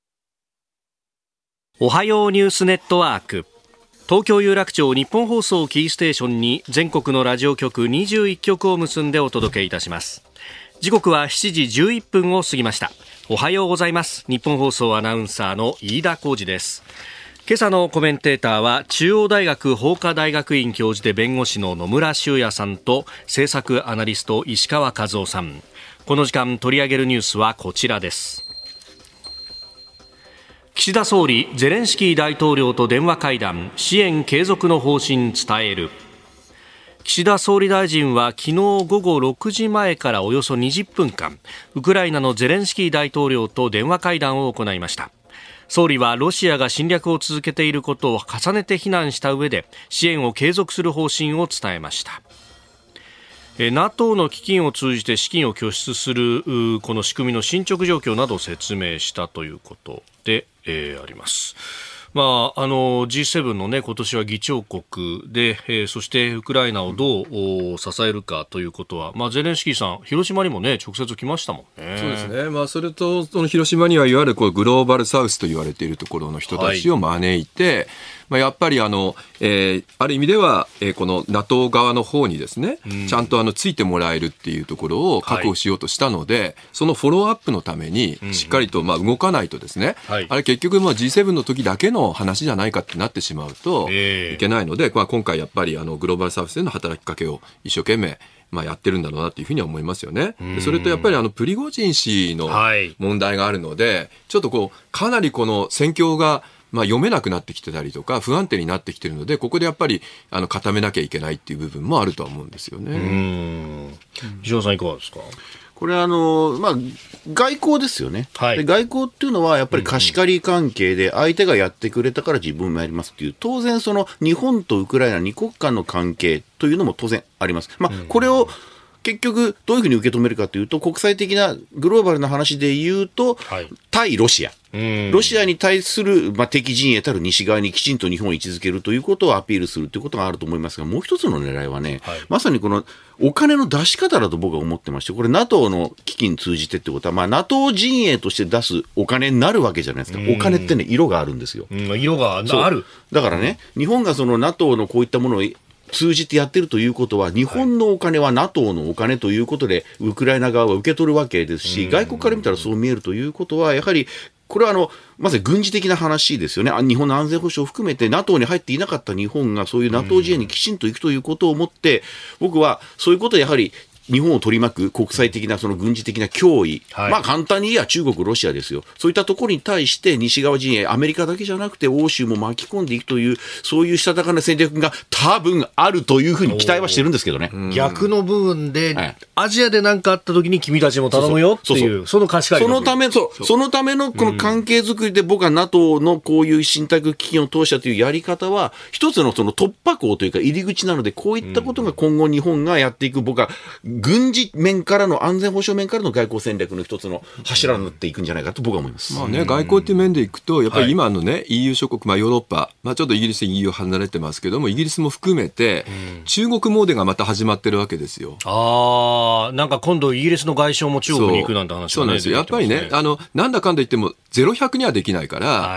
おはようニュースネットワーク、東京有楽町日本放送キーステーションに全国のラジオ局21局を結んでお届けいたします。時刻は7時11分を過ぎました。おはようございます。日本放送アナウンサーの飯田浩司です。今朝のコメンテーターは中央大学法科大学院教授で弁護士の野村修也さんと政策アナリスト石川和夫さん。この時間取り上げるニュースはこちらです。岸田総理、ゼレンスキー大統領と電話会談、支援継続の方針伝える。岸田総理大臣は昨日午後6時前からおよそ20分間、ウクライナのゼレンスキー大統領と電話会談を行いました。総理はロシアが侵略を続けていることを重ねて非難した上で、支援を継続する方針を伝えました。NATO の基金を通じて資金を拠出するこの仕組みの進捗状況などを説明したということで、あります。G7 のね、今年は議長国で、そしてウクライナをどう支えるかということは、ゼレンスキーさん、広島にもね、直接来ましたもんね。 そうですね。それと、その広島にはいわゆるグローバルサウスと言われているところの人たちを招いて、やっぱりある意味では、この NATO 側の方にですね、ちゃんとついてもらえるっていうところを確保しようとしたので、そのフォローアップのためにしっかりと動かないとですね、あれ結局G7 の時だけの話じゃないかってなってしまうといけないので、今回やっぱりグローバルサウスでの働きかけを一生懸命やってるんだろうなというふうには思いますよね。それとやっぱりプリゴジン氏の問題があるので、ちょっとかなりこの戦況が読めなくなってきてたりとか不安定になってきてるので、ここでやっぱり固めなきゃいけないっていう部分もあるとは思うんですよね。 石原さんいかがですか？ これは外交ですよね。で外交っていうのはやっぱり貸し借り関係で相手がやってくれたから自分もやりますっていう、当然その日本とウクライナ2国間の関係というのも当然あります。これを結局どういうふうに受け止めるかというと、国際的なグローバルな話で言うと、対ロシア。ロシアに対する、敵陣営たる西側にきちんと日本を位置づけるということをアピールするということがあると思いますが、もう一つの狙いはね、まさにこのお金の出し方だと僕は思ってまして、これ NATO の基金通じてってことは、NATO 陣営として出すお金になるわけじゃないですか。お金ってね、色があるんですよ。 色がある。 だからね、日本がその NATO のこういったものを通じてやってるということは、日本のお金は NATO のお金ということで、ウクライナ側は受け取るわけですし、外国から見たらそう見えるということは、やはり、これはまさに軍事的な話ですよね。日本の安全保障を含めて NATO に入っていなかった日本がそういう NATO 陣営にきちんと行くということをもって、僕はそういうことをやはり日本を取り巻く国際的なその軍事的な脅威、簡単に言えば中国、ロシアですよ。そういったところに対して西側陣営、アメリカだけじゃなくて欧州も巻き込んでいくという、そういうしたたかな戦略が多分あるというふうに期待はしてるんですけどね。 逆の部分で、アジアで何かあった時に君たちも頼むよっていう、その貸し借りそのためのこの関係づくりで、僕は NATO のこういう信託基金を通したというやり方は、一つのその突破口というか入り口なので、こういったことが今後日本がやっていく、僕は軍事面からの安全保障面からの外交戦略の一つの柱になっていくんじゃないかと僕は思います。 外交という面でいくと、やっぱり今のね、EU 諸国、ヨーロッパ、ちょっとイギリス、EU 離れてますけども、イギリスも含めて、中国モーデがまた始まってるわけですよ。 なんか今度イギリスの外相も中国に行くなんて話がね。 そうなんですよ。やっぱりね、なんだかんだ言っても0-100にはできないから、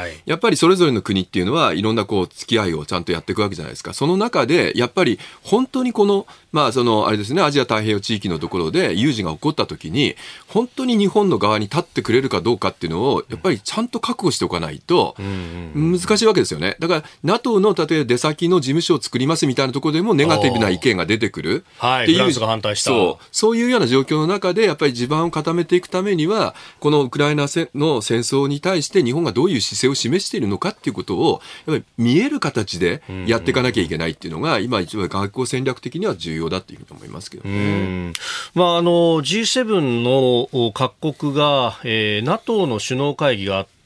やっぱりそれぞれの国っていうのはいろんな付き合いをちゃんとやっていくわけじゃないですか。その中でやっぱり本当にこのあれですね、アジア太平洋地域のところで有事が起こった時に本当に日本の側に立ってくれるかどうかっていうのをやっぱりちゃんと確保しておかないと難しいわけですよね。だから NATO の例えば出先の事務所を作りますみたいなところでもネガティブな意見が出てくるっていう、 フランスが反対したそういうような状況の中でやっぱり地盤を固めていくためには、このウクライナの戦争に対して日本がどういう姿勢を示しているのかっていうことをやっぱり見える形でやっていかなきゃいけないっていうのが今一番外交戦略的には重要だっていうふうに思いますけどね。G7 の各国が、NATO の首脳会議があっ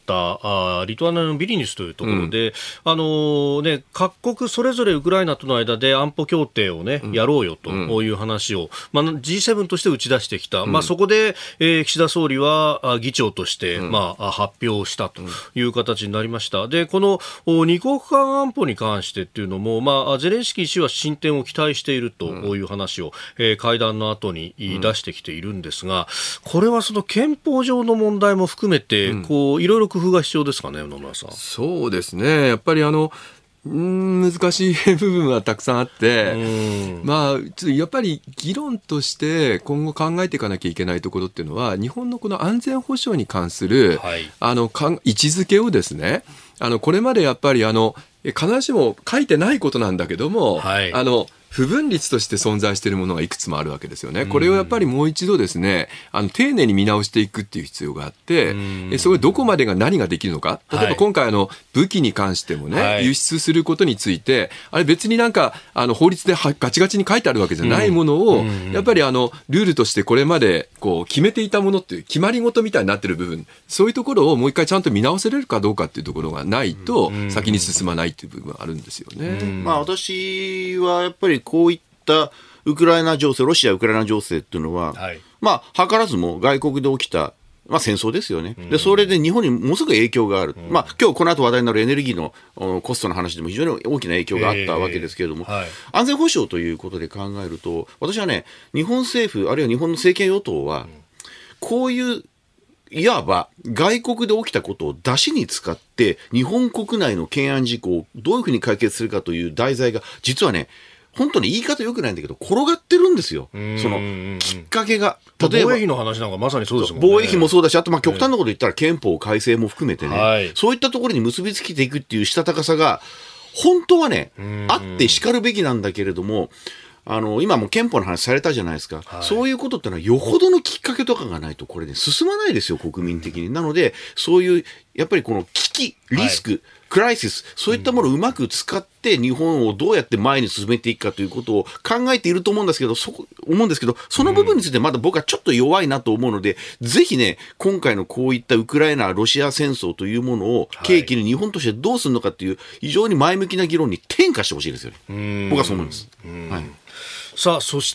ったリトアニアのビリニュスというところで、各国それぞれウクライナとの間で安保協定を、やろうよという話を、G7 として打ち出してきた、そこで、岸田総理は議長として、発表したという形になりました。でこの2国間安保に関してっていうのも、ゼレンスキー氏は進展を期待しているという話を、会談の後に出してきているんですが、これはその憲法上の問題も含めて、いろいろ工夫が必要ですかね、野村さん。 そうですね、やっぱり難しい部分はたくさんあって、やっぱり議論として今後考えていかなきゃいけないところっていうのは、日本のこの安全保障に関する、位置づけをですね、これまでやっぱり必ずしも書いてないことなんだけども、不分律として存在しているものがいくつもあるわけですよね。これをやっぱりもう一度ですね、丁寧に見直していくっていう必要があって、それどこまでが何ができるのか。例えば今回武器に関してもね、輸出することについて、あれ別になんか法律でガチガチに書いてあるわけじゃないものを、やっぱりルールとしてこれまでこう決めていたものっていう決まり事みたいになってる部分、そういうところをもう一回ちゃんと見直せれるかどうかっていうところがないと、先に進まないっていう部分があるんですよね。 私はやっぱりこういったウクライナ情勢、ロシア・ウクライナ情勢っていうのは、図らずも外国で起きた、戦争ですよね。で、それで日本にものすごく影響がある。今日この後話題になるエネルギーのコストの話でも非常に大きな影響があったわけですけれども、安全保障ということで考えると、私はね、日本政府、あるいは日本の政権与党は、こういういわば外国で起きたことを出しに使って日本国内の懸案事項をどういうふうに解決するかという題材が実はね、本当に言い方良くないんだけど転がってるんですよ。そのきっかけが、 例えば防衛費の話なんかまさにそうですもんね。 防衛費もそうだし、あと極端なこと言ったら憲法改正も含めてね、そういったところに結びつけていくっていうしたたかさが本当はねあって叱るべきなんだけれども、今も憲法の話されたじゃないですか、そういうことってのはよほどのきっかけとかがないとこれね進まないですよ、国民的に。なのでそういうやっぱりこの危機、リスク、クライシス、そういったものをうまく使って日本をどうやって前に進めていくかということを考えていると思うんですけど、その部分についてまだ僕はちょっと弱いなと思うので、ぜひね、今回のこういったウクライナ・ロシア戦争というものを契機に日本としてどうするのかという非常に前向きな議論に転化してほしいですよね。僕はそう思います。 さあ、そして、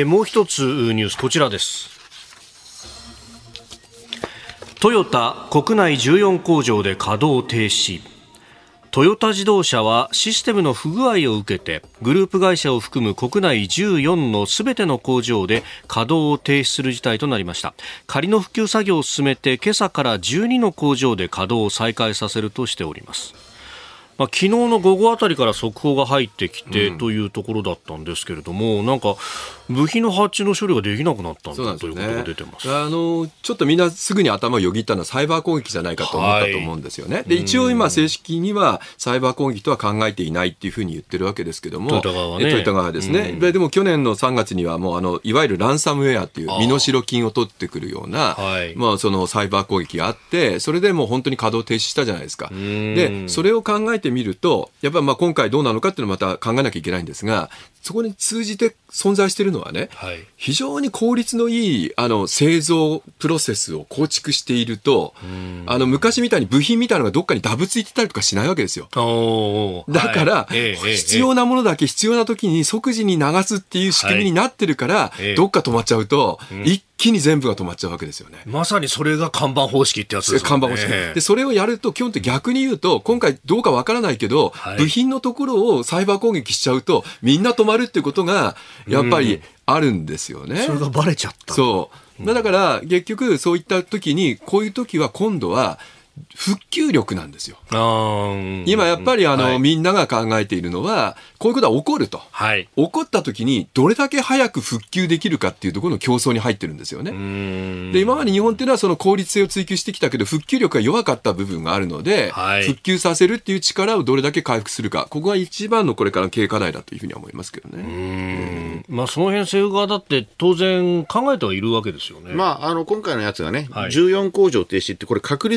もう一つニュースこちらです。トヨタ国内14工場で稼働停止。トヨタ自動車はシステムの不具合を受けてグループ会社を含む国内14のすべての工場で稼働を停止する事態となりました。仮の復旧作業を進めて今朝から12の工場で稼働を再開させるとしております。昨日の午後あたりから速報が入ってきてというところだったんですけれども、なんか部品の発注の処理ができなくなったんだということが出てます。 ちょっとみんなすぐに頭をよぎったのはサイバー攻撃じゃないかと思ったと思うんですよね。で、一応今正式にはサイバー攻撃とは考えていないっていうふうに言ってるわけですけども、 トヨタ側はね、 トヨタ側ですね。でも去年の3月にはもういわゆるランサムウェアっていう身代金を取ってくるような、そのサイバー攻撃があって、それでもう本当に稼働停止したじゃないですか。で、それを考えてみると、やっぱり今回どうなのかっていうのをまた考えなきゃいけないんですが、そこに通じて存在しているのはね、非常に効率のいい製造プロセスを構築していると、昔みたいに部品みたいなのがどっかにダブついてたりとかしないわけですよ。だから、必要なものだけ必要な時に即時に流すっていう仕組みになってるから、どっか止まっちゃうと、一気に全部が止まっちゃうわけですよね。 まさにそれが看板方式ってやつですよね。 看板方式で、それをやると基本的に逆に言うと、今回どうかわからないけど、部品のところをサイバー攻撃しちゃうとみんな止まるっていうことがやっぱりあるんですよね。 それがバレちゃった。 そう。だから結局そういった時に、こういう時は今度は復旧力なんですよ。今やっぱりみんなが考えているのは、こういうことは起こると、起こった時にどれだけ早く復旧できるかっていうところの競争に入ってるんですよね。で、今まで日本っていうのはその効率性を追求してきたけど、復旧力が弱かった部分があるので、復旧させるっていう力をどれだけ回復するか、ここが一番のこれからの経営課題だというふうには思いますけどね。 その辺政府側だって当然考えてはいるわけですよね。 今回のやつがね、14工場停止って、これ確率的に言うと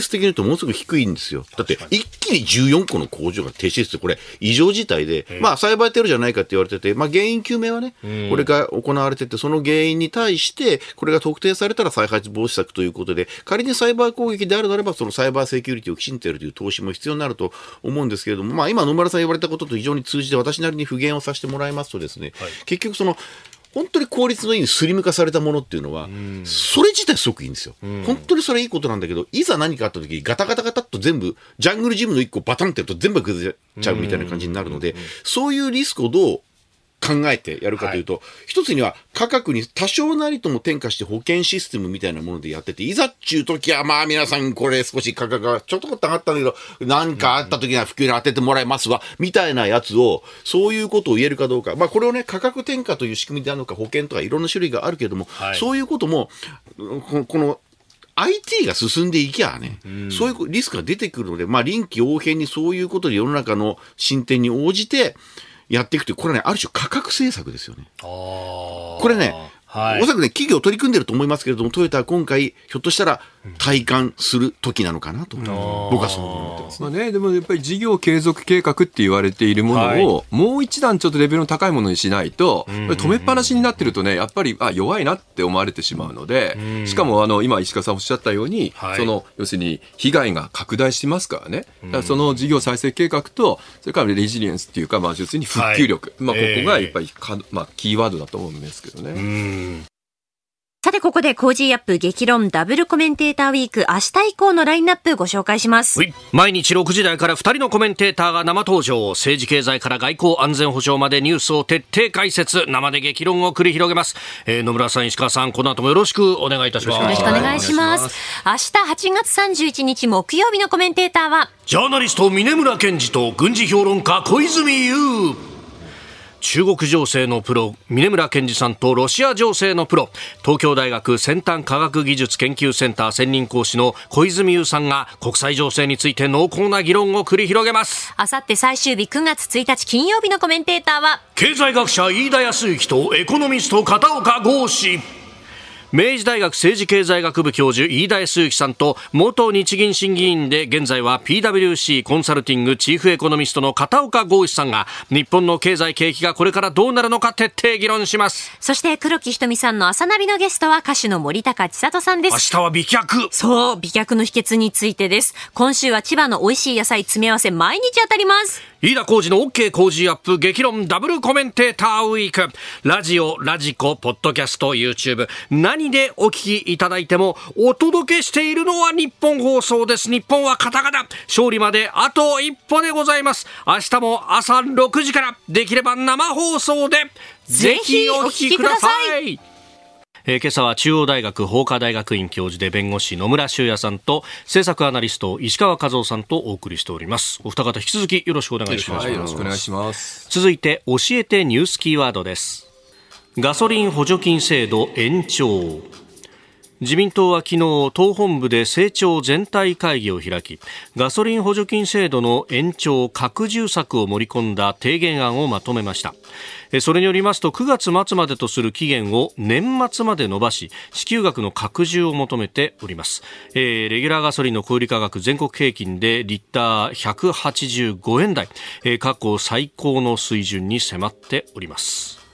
ものすごく低いんですよ。だって一気に14個の工場が停止してこれ異常事態で、サイバーテロじゃないかって言われてて、原因究明はね、これが行われてて、その原因に対してこれが特定されたら再発防止策ということで、仮にサイバー攻撃であるならばそのサイバーセキュリティをきちんとやるという投資も必要になると思うんですけれども、今野村さん言われたことと非常に通じて私なりに復元をさせてもらいますとですね、結局その本当に効率のいいスリム化されたものっていうのは、それ自体すごくいいんですよ。本当にそれいいことなんだけど、いざ何かあった時ガタガタガタっと全部ジャングルジムの1個バタンってやると全部崩れちゃうみたいな感じになるので、そういうリスクをどう考えてやるかというと、一つには価格に多少なりとも転嫁して保険システムみたいなものでやってて、いざっちゅう時は皆さんこれ少し価格がちょっと上がったんだけど、何かあった時には普及に当ててもらいますわみたいなやつを、そういうことを言えるかどうか、これをね価格転嫁という仕組みであるのか、保険とかいろんな種類があるけれども、そういうこともこのIT が進んでいきゃね、そういうリスクが出てくるので、臨機応変にそういうことで世の中の進展に応じてやっていくという、これね、ある種価格政策ですよね。これね、おそらくね、企業取り組んでると思いますけれども、トヨタは今回、ひょっとしたら体感する時なのかなと、僕はそう思ってます。 でもやっぱり事業継続計画って言われているものを、もう一段ちょっとレベルの高いものにしないと、止めっぱなしになってるとね、やっぱり弱いなって思われてしまうので、しかも今石川さんおっしゃったように、要するに被害が拡大してますからね。だからその事業再生計画と、それからレジリエンスっていうか、要するに復旧力、ここがやっぱりキーワードだと思うんですけどね。 さてここでコージーアップ激論ダブルコメンテーターウィーク、明日以降のラインナップご紹介します。 毎日6時台から2人のコメンテーターが生登場。政治経済から外交安全保障までニュースを徹底解説、生で激論を繰り広げます。野村さん、石川さん、この後もよろしくお願いいたします。 よろしくお願いします。明日8月31日木曜日のコメンテーターはジャーナリスト峯村健二と軍事評論家小泉悠。中国情勢のプロ峯村健二さんとロシア情勢のプロ、東京大学先端科学技術研究センター専任講師の小泉悠さんが国際情勢について濃厚な議論を繰り広げます。 あさって最終日9月1日金曜日のコメンテーターは経済学者飯田康之とエコノミスト片岡剛志。明治大学政治経済学部教授飯田康之さんと元日銀審議員で現在は PwC コンサルティングチーフエコノミストの片岡剛志さんが日本の経済景気がこれからどうなるのか徹底議論します。 そして黒木瞳さんの朝ナビのゲストは歌手の森高千里さんです。 明日は美脚。 そう、美脚の秘訣についてです。今週は千葉の美味しい野菜詰め合わせ毎日当たります。 飯田浩司の OK 工事アップ激論ダブルコメンテーターウィーク。ラジオ、ラジコ、ポッドキャスト、YouTube 何でお聞きいただいてもお届けしているのは日本放送です。日本はカタカナ。勝利まであと一歩でございます。明日も朝6時からできれば生放送でぜひお聞きください。今朝は中央大学法科大学院教授で弁護士野村修也さんと政策アナリスト石川和夫さんとお送りしております。お二方引き続きよろしくお願いします。 よろしくお願いします。 続いて教えてニュースキーワードです。ガソリン補助金制度延長。自民党は昨日党本部で政調全体会議を開き、ガソリン補助金制度の延長拡充策を盛り込んだ提言案をまとめました。それによりますと9月末までとする期限を年末まで延ばし、支給額の拡充を求めております。レギュラーガソリンの小売価格全国平均でリッター185円台、過去最高の水準に迫っております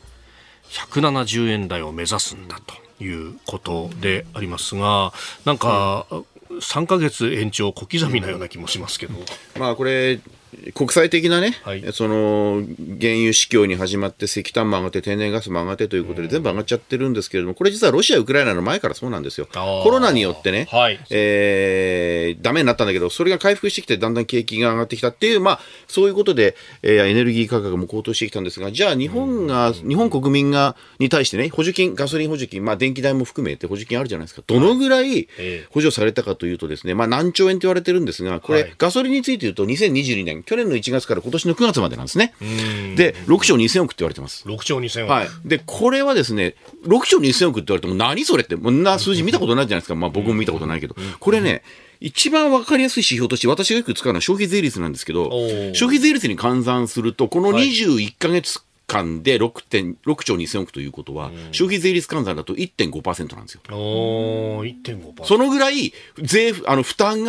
。170円台を目指すんだということでありますが、なんか3ヶ月延長小刻みなような気もしますけど、 これ国際的なね、 はい、 その原油市況に始まって石炭も上がって天然ガスも上がってということで全部上がっちゃってるんですけれども、これ実はロシアウクライナの前からそうなんですよ。コロナによってね、 はい、 ダメになったんだけど、それが回復してきてだんだん景気が上がってきたっていう、そういうことで、エネルギー価格も高騰してきたんですが、じゃあ日本国民に対してね、補助金、ガソリン補助金、電気代も含めて補助金あるじゃないですか。どのぐらい補助されたかというとですね、何兆円と言われてるんですが、これ、ガソリンについて言うと2022年去年の1月から今年の9月までなんですね。で6兆2000億って言われてます。 6兆2000億、 はい、でこれはですね6兆2000億って言われても何それって、こんな数字見たことないじゃないですか。僕も見たことないけど、これね一番分かりやすい指標として私がよく使うのは消費税率なんですけど、消費税率に換算するとこの21ヶ月間で 6兆2000億ということは、消費税率換算だと 1.5% なんですよ。 1.5%。 そのぐらい負担が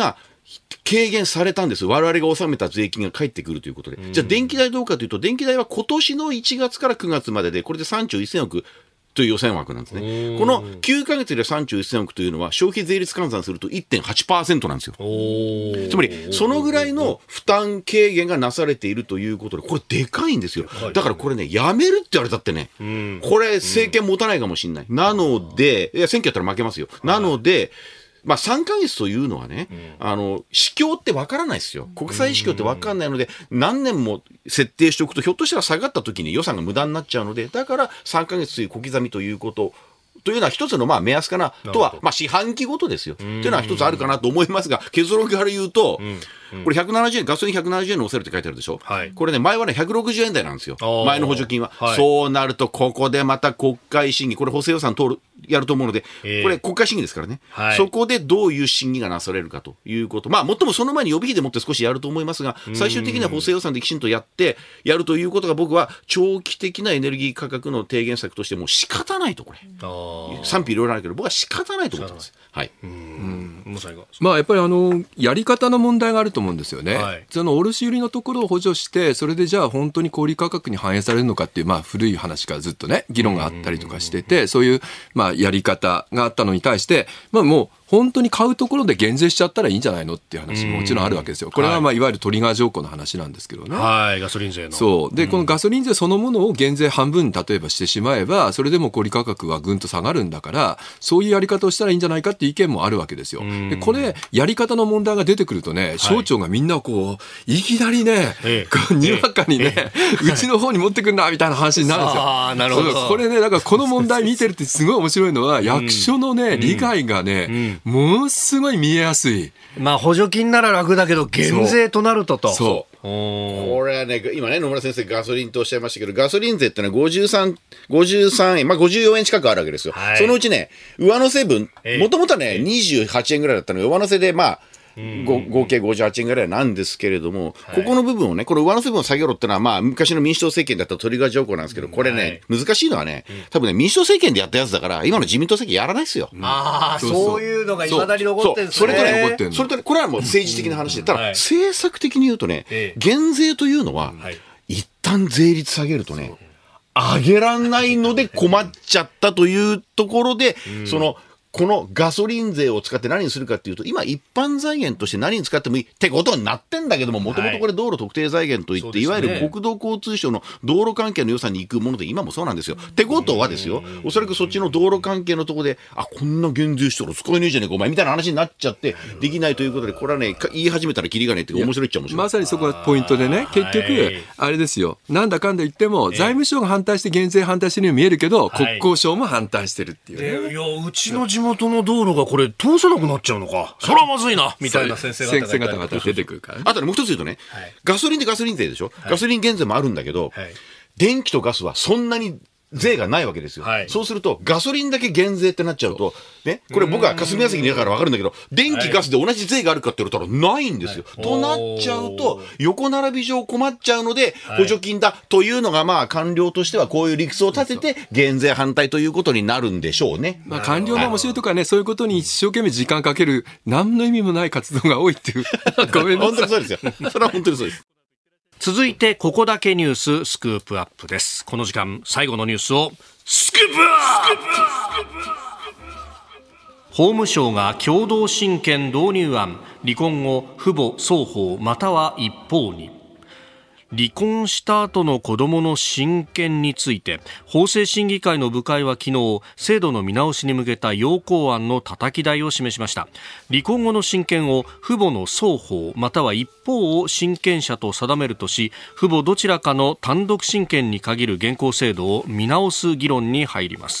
軽減されたんです。我々が納めた税金が返ってくるということで。じゃあ電気代どうかというと、電気代は今年の1月から9月までで、これで3兆1000億という予算枠なんですね。この9ヶ月で3兆1000億というのは、消費税率換算すると 1.8% なんですよ。つまり、そのぐらいの負担軽減がなされているということで、これでかいんですよ。だからこれね、やめるって言われたってね、これ政権持たないかもしれない。なので、いや、選挙やったら負けますよ。なので、まあ、3ヶ月というのはね、市況って分からないですよ。国際市況って分かんないので、何年も設定しておくと、ひょっとしたら下がった時に予算が無駄になっちゃうので、だから3ヶ月という小刻みということというのは一つのまあ目安かなとは、まあ四半期ごとですよ。というのは一つあるかなと思いますが、結論から言うと、これ170円、ガソリン170円乗せるって書いてあるでしょ。はい、これね、前はね、160円台なんですよ。前の補助金は。はい、そうなると、ここでまた国会審議、これ補正予算やると思うので、これ国会審議ですからね。そこでどういう審議がなされるかということ。まあ、もっともその前に予備費でもって少しやると思いますが、最終的には補正予算できちんとやるということが僕は長期的なエネルギー価格の低減策としても仕方ないと、これ。賛否いろいろあるけど、僕は仕方ないと思ってます。はい。 まあ、やっぱりやり方の問題があると思うんですよね。はい、その卸売のところを補助して、それでじゃあ本当に小売価格に反映されるのかっていう、まあ、古い話からずっとね、議論があったりとかしてて、そういう、まあ、やり方があったのに対して、まあ、もう本当に買うところで減税しちゃったらいいんじゃないのっていう話ももちろんあるわけですよ。これはまあいわゆるトリガー条項の話なんですけどね。 はい、ガソリン税の。 そうで、このガソリン税そのものを減税半分に例えばしてしまえば、それでも小売価格はぐんと下がるんだから、そういうやり方をしたらいいんじゃないかっていう意見もあるわけですよ。でこれやり方の問題が出てくるとね、省庁がみんなこういきなりね、にわかにね、うちの方に持ってくんなみたいな話になるんですよ。 なるほど。 これね、だからこの問題見てるってすごい面白いのは、役所のね、理解がね、ものすごい見えやすい。 まあ補助金なら楽だけど減税となると。 そう。これはね、今ね、野村先生ガソリンとおっしゃいましたけど、ガソリン税ってのは53円、まあ54円近くあるわけですよ。はい、そのうちね、上乗せ分、もともとはね、28円ぐらいだったのが、上乗せでまあ、合計58円ぐらいなんですけれども、ここの部分をね、この上乗せ分を下げろってのは、まあ、昔の民主党政権だったらトリガー条項なんですけど、これね、難しいのはね、多分ね、民主党政権でやったやつだから、今の自民党政権やらないですよ。 ああ、そういうのが未だに残ってるんですね。 それとね、これはもう政治的な話で、ただ、政策的に言うとね、減税というのは、一旦税率下げるとね、上げらんないので困っちゃったというところで、このガソリン税を使って何にするかっていうと、今一般財源として何に使ってもいいってことになってんだけども、もともとこれ道路特定財源といって、いわゆる国土交通省の道路関係の予算に行くもので今もそうなんですよ。ってことはですよ、おそらくそっちの道路関係のところで、あ、こんな減税したら使えねえじゃねえかお前みたいな話になっちゃってできないということで、これはね、言い始めたらキリがねえって面白いっちゃ面白い。 まさにそこがポイントでね、結局、あれですよ、なんだかんだ言っても、財務省が反対して減税反対してるように見えるけど、国交省も反対してるっていうね。 いや、うちの地元の道路がこれ通せなくなっちゃうのか、それはまずいなみたいな先生方が出てくるから、ね、 あとね、もう一つ言うとね、ガソリンでガソリン税でしょ、ガソリン減税もあるんだけど、電気とガスはそんなに税がないわけですよ。そうするとガソリンだけ減税ってなっちゃうとね、これ僕は霞が関にいるから分かるんだけど、電気ガスで同じ税があるかって言われたらないんですよ。となっちゃうと横並び上困っちゃうので、補助金だというのがまあ官僚としてはこういう理屈を立てて減税反対ということになるんでしょうね。 まあ、官僚の面白いとかね、そういうことに一生懸命時間かける何の意味もない活動が多いっていうごめんなさい。 本当にそうですよ。それは本当にそうです。 続いてここだけニューススクープアップです。この時間最後のニュースをスクープアップ。法務省が共同親権導入案、離婚後父母双方または一方に。離婚した後の子どもの親権について、法制審議会の部会は昨日、制度の見直しに向けた要綱案のたたき台を示しました。離婚後の親権を父母の双方または一方を親権者と定めるとし、父母どちらかの単独親権に限る現行制度を見直す議論に入ります。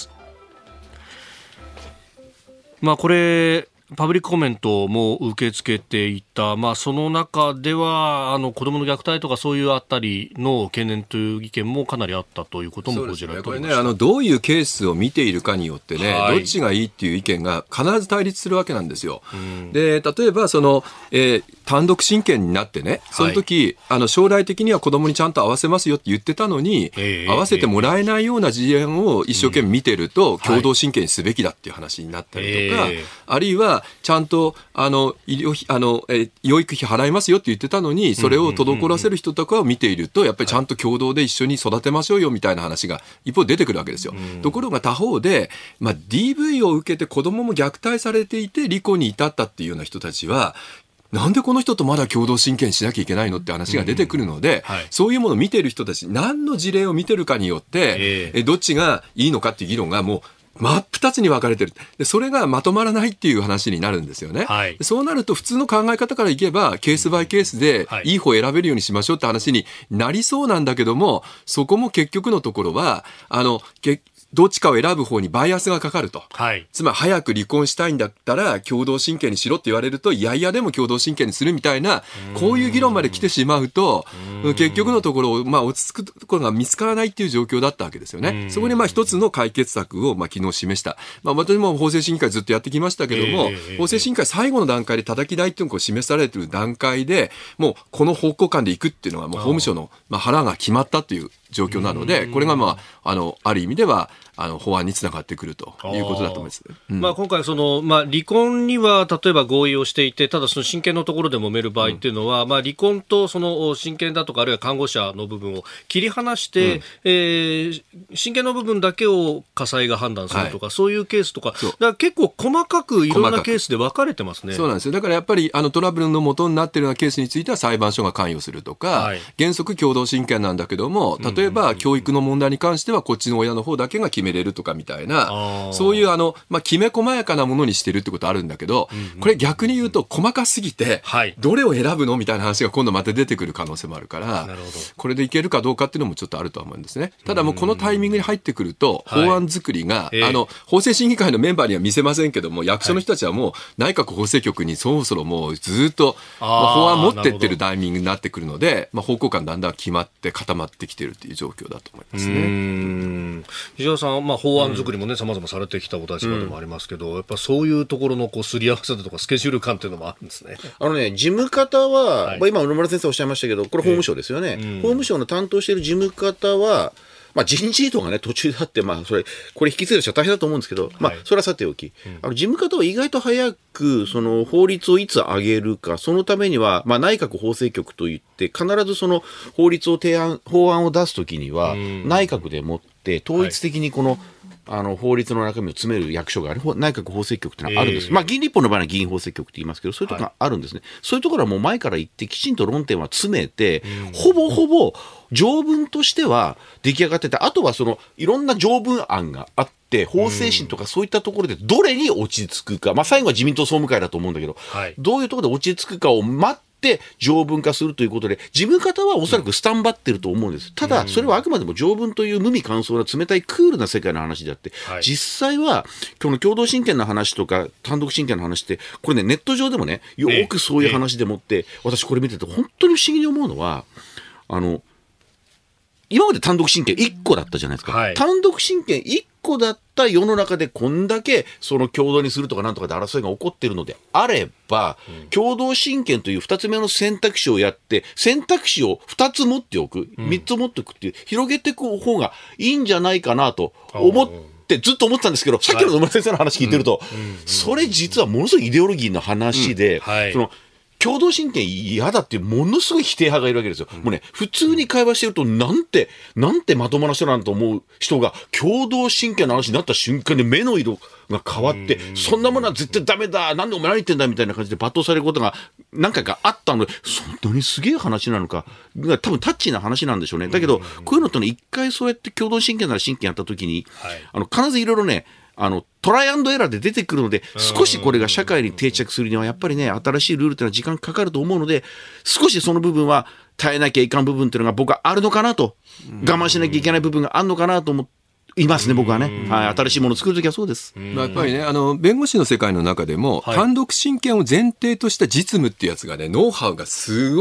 まあこれパブリックコメントも受け付けていた、まあ、その中では子どもの虐待とかそういうあたりの懸念という意見もかなりあったということも報じられておりました。 これね、どういうケースを見ているかによってね、どっちがいいっていう意見が必ず対立するわけなんですよ。で、例えば単独親権になってね、その時、将来的には子どもにちゃんと合わせますよって言ってたのに、合わせてもらえないような事案を一生懸命見てると、共同親権にすべきだっていう話になったりとか、あるいはちゃんと養育費払いますよって言ってたのに、それを滞らせる人とかを見ていると、やっぱりちゃんと共同で一緒に育てましょうよみたいな話が一方出てくるわけですよ。ところが他方で、DV を受けて子供も虐待されていて離婚に至ったっていうような人たちは、なんでこの人とまだ共同親権しなきゃいけないのって話が出てくるので、そういうものを見ている人たち、何の事例を見てるかによって、どっちがいいのかっていう議論がもう真っ二つに分かれてる。で、それがまとまらないっていう話になるんですよね。そうなると普通の考え方からいけば、ケースバイケースでいい方を選べるようにしましょうって話になりそうなんだけども、そこも結局のところは、どっちかを選ぶ方にバイアスがかかると。つまり早く離婚したいんだったら共同親権にしろって言われると、いやいやでも共同親権にするみたいな、こういう議論まで来てしまうと、結局のところ、落ち着くところが見つからないっていう状況だったわけですよね。そこに一つの解決策を昨日示した。私も法制審議会ずっとやってきましたけども、法制審議会最後の段階で叩き台っていうのが示されている段階で、もうこの方向感でいくっていうのはもう法務省の腹が決まったという状況なので、これがある意味では法案につながってくるということだと思います。 今回離婚には例えば合意をしていて、ただその親権のところで揉める場合っていうのは、離婚とその親権だとかあるいは看護者の部分を切り離して、親権の部分だけを家裁が判断するとか、そういうケースとか、だから結構細かくいろんなケースで分かれてますね。 そうなんですよ。だからやっぱりトラブルの元になっているようなケースについては裁判所が関与するとか、原則共同親権なんだけども、例えば教育の問題に関してはこっちの親の方だけが決めれるとかみたいな、そういうきめ細やかなものにしてるってことあるんだけど、これ逆に言うと細かすぎて、どれを選ぶのみたいな話が今度また出てくる可能性もあるから、これでいけるかどうかっていうのもちょっとあるとは思うんですね。ただもうこのタイミングに入ってくると、法案作りが、法制審議会のメンバーには見せませんけども、役所の人たちはもう内閣法制局にそろそろもうずっと、法案持ってってるタイミングになってくるので、方向感だんだん決まって固まってきてるっていう状況だと思いますね。 石原さん、法案作りもね、様々されてきたお立場でもありますけど、やっぱそういうところのすり合わせだとかスケジュール感っていうのもあるんですね。 事務方は、今野村先生おっしゃいましたけど、これ法務省ですよね。法務省の担当している事務方は、人事異動がね、途中であって、これ引き継いだ人は大変だと思うんですけど、それはさておき、事務方は意外と早く、法律をいつ上げるか、そのためには、内閣法制局といって、必ず法律を法案を出すときには、内閣でもって、統一的に法律の中身を詰める役所がある内閣法制局ってのはあるんです。議員立法の場合は議員法制局って言いますけど、そういうところがあるんですね。そういうところはもう前から言ってきちんと論点は詰めて、ほぼほぼ条文としては出来上がってて、あとはいろんな条文案があって、法制審とかそういったところでどれに落ち着くか、最後は自民党総務会だと思うんだけど、どういうところで落ち着くかを待って条文化するということで、事務方はおそらくスタンバってると思うんです。ただそれはあくまでも条文という無味乾燥な冷たいクールな世界の話であって、実際はこの共同親権の話とか単独親権の話って、これね、ネット上でもね、よくそういう話でもって、私これ見てて本当に不思議に思うのは、今まで単独親権1個だったじゃないですか。単独親権1個だった世の中でこんだけ共同にするとかなんとかで争いが起こっているのであれば、共同親権という2つ目の選択肢をやって、選択肢を2つ持っておく、3つ持っておくっていう、広げていく方がいいんじゃないかなと思ってずっと思ってたんですけど、さっきの野村先生の話聞いてると、それ実はものすごいイデオロギーの話で、共同親権嫌だっていうものすごい否定派がいるわけですよ。もうね、普通に会話してるとなんてまともな人なんと思う人が共同親権の話になった瞬間に目の色が変わって、そんなものは絶対ダメだ、なんでお前何言ってんだみたいな感じで罵倒されることが何回かあったので、そんなにすげえ話なのか、多分タッチーな話なんでしょうね。だけどこういうのってね、一回そうやって共同親権なら親権やった時に、必ずいろいろね、トライアンドエラーで出てくるので、少しこれが社会に定着するにはやっぱりね、新しいルールっていうのは時間かかると思うので、少しその部分は耐えなきゃいかん部分っていうのが僕はあるのかなと、我慢しなきゃいけない部分があるのかなと思いますね、僕はね。新しいものを作るときはそうです。 やっぱりね、弁護士の世界の中でも、単独親権を前提とした実務っていうやつがね、ノウハウがすごい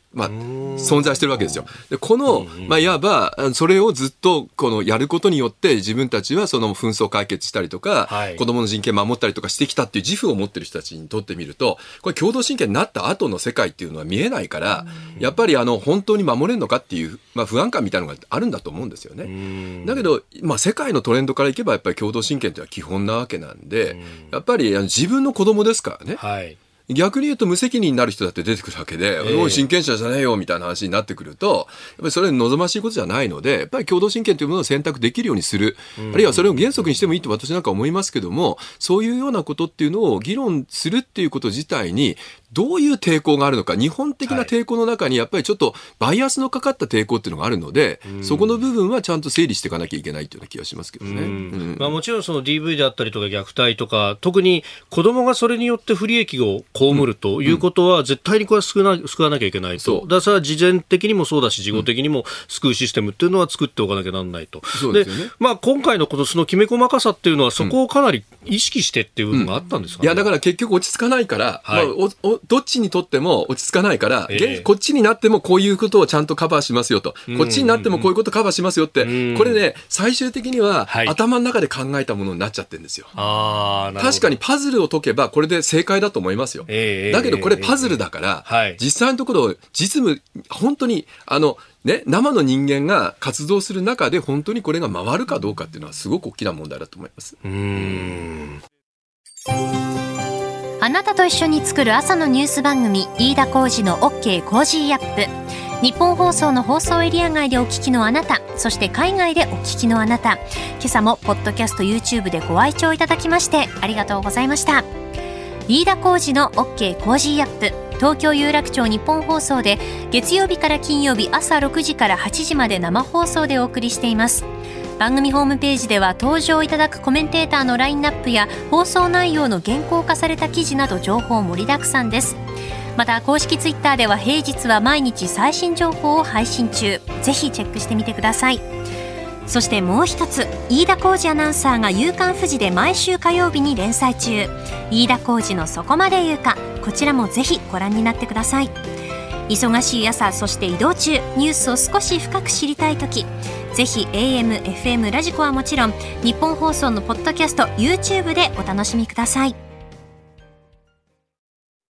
存在してるわけですよ。でこの、いわばそれをずっとこのやることによって自分たちはその紛争解決したりとか、子供の人権守ったりとかしてきたっていう自負を持ってる人たちにとってみると、これ共同親権になった後の世界っていうのは見えないから、やっぱり本当に守れるのかっていう、不安感みたいなのがあるんだと思うんですよね。だけど、世界のトレンドからいけばやっぱり共同親権っていうのは基本なわけなんで、やっぱり自分の子供ですからね。逆に言うと無責任になる人だって出てくるわけで、親権者じゃねえよみたいな話になってくると、やっぱりそれ望ましいことじゃないので、やっぱり共同親権というものを選択できるようにする、あるいはそれを原則にしてもいいと私なんか思いますけども、そういうようなことっていうのを議論するっていうこと自体にどういう抵抗があるのか、日本的な抵抗の中にやっぱりちょっとバイアスのかかった抵抗っていうのがあるので、そこの部分はちゃんと整理していかなきゃいけないというような気がしますけどね。 もちろんその DV であったりとか虐待とか、特に子供がそれによって不利益を被るということは絶対にこれは救わなきゃいけないと。だからそれは事前的にもそうだし、事後的にも救うシステムっていうのは作っておかなきゃならないと。で、今回のこと、そのきめ細かさっていうのはそこをかなり意識してっていう部分があったんですかね。 いやだから結局落ち着かないから、どっちにとっても落ち着かないから、こっちになってもこういうことをちゃんとカバーしますよと、こっちになってもこういうことカバーしますよって、これね最終的には頭の中で考えたものになっちゃってるんですよ。確かにパズルを解けばこれで正解だと思いますよ。だけどこれパズルだから、実際のところ実務本当に生の人間が活動する中で本当にこれが回るかどうかっていうのはすごく大きな問題だと思います。 あなたと一緒に作る朝のニュース番組、飯田浩司の OK コージーアップ。日本放送の放送エリア外でお聞きのあなた、そして海外でお聞きのあなた、今朝もポッドキャスト YouTube でご愛聴いただきましてありがとうございました。飯田浩司の OK コージーアップ、東京有楽町日本放送で月曜日から金曜日朝6時から8時まで生放送でお送りしています。番組ホームページでは登場いただくコメンテーターのラインナップや放送内容の原稿化された記事など情報盛りだくさんです。また公式ツイッターでは平日は毎日最新情報を配信中、ぜひチェックしてみてください。そしてもう一つ、飯田浩司アナウンサーが夕刊フジで毎週火曜日に連載中、飯田浩司のそこまで言うか、こちらもぜひご覧になってください。忙しい朝、そして移動中、ニュースを少し深く知りたいとき、ぜひ AM、FM、ラジコはもちろん日本放送のポッドキャスト YouTube でお楽しみください。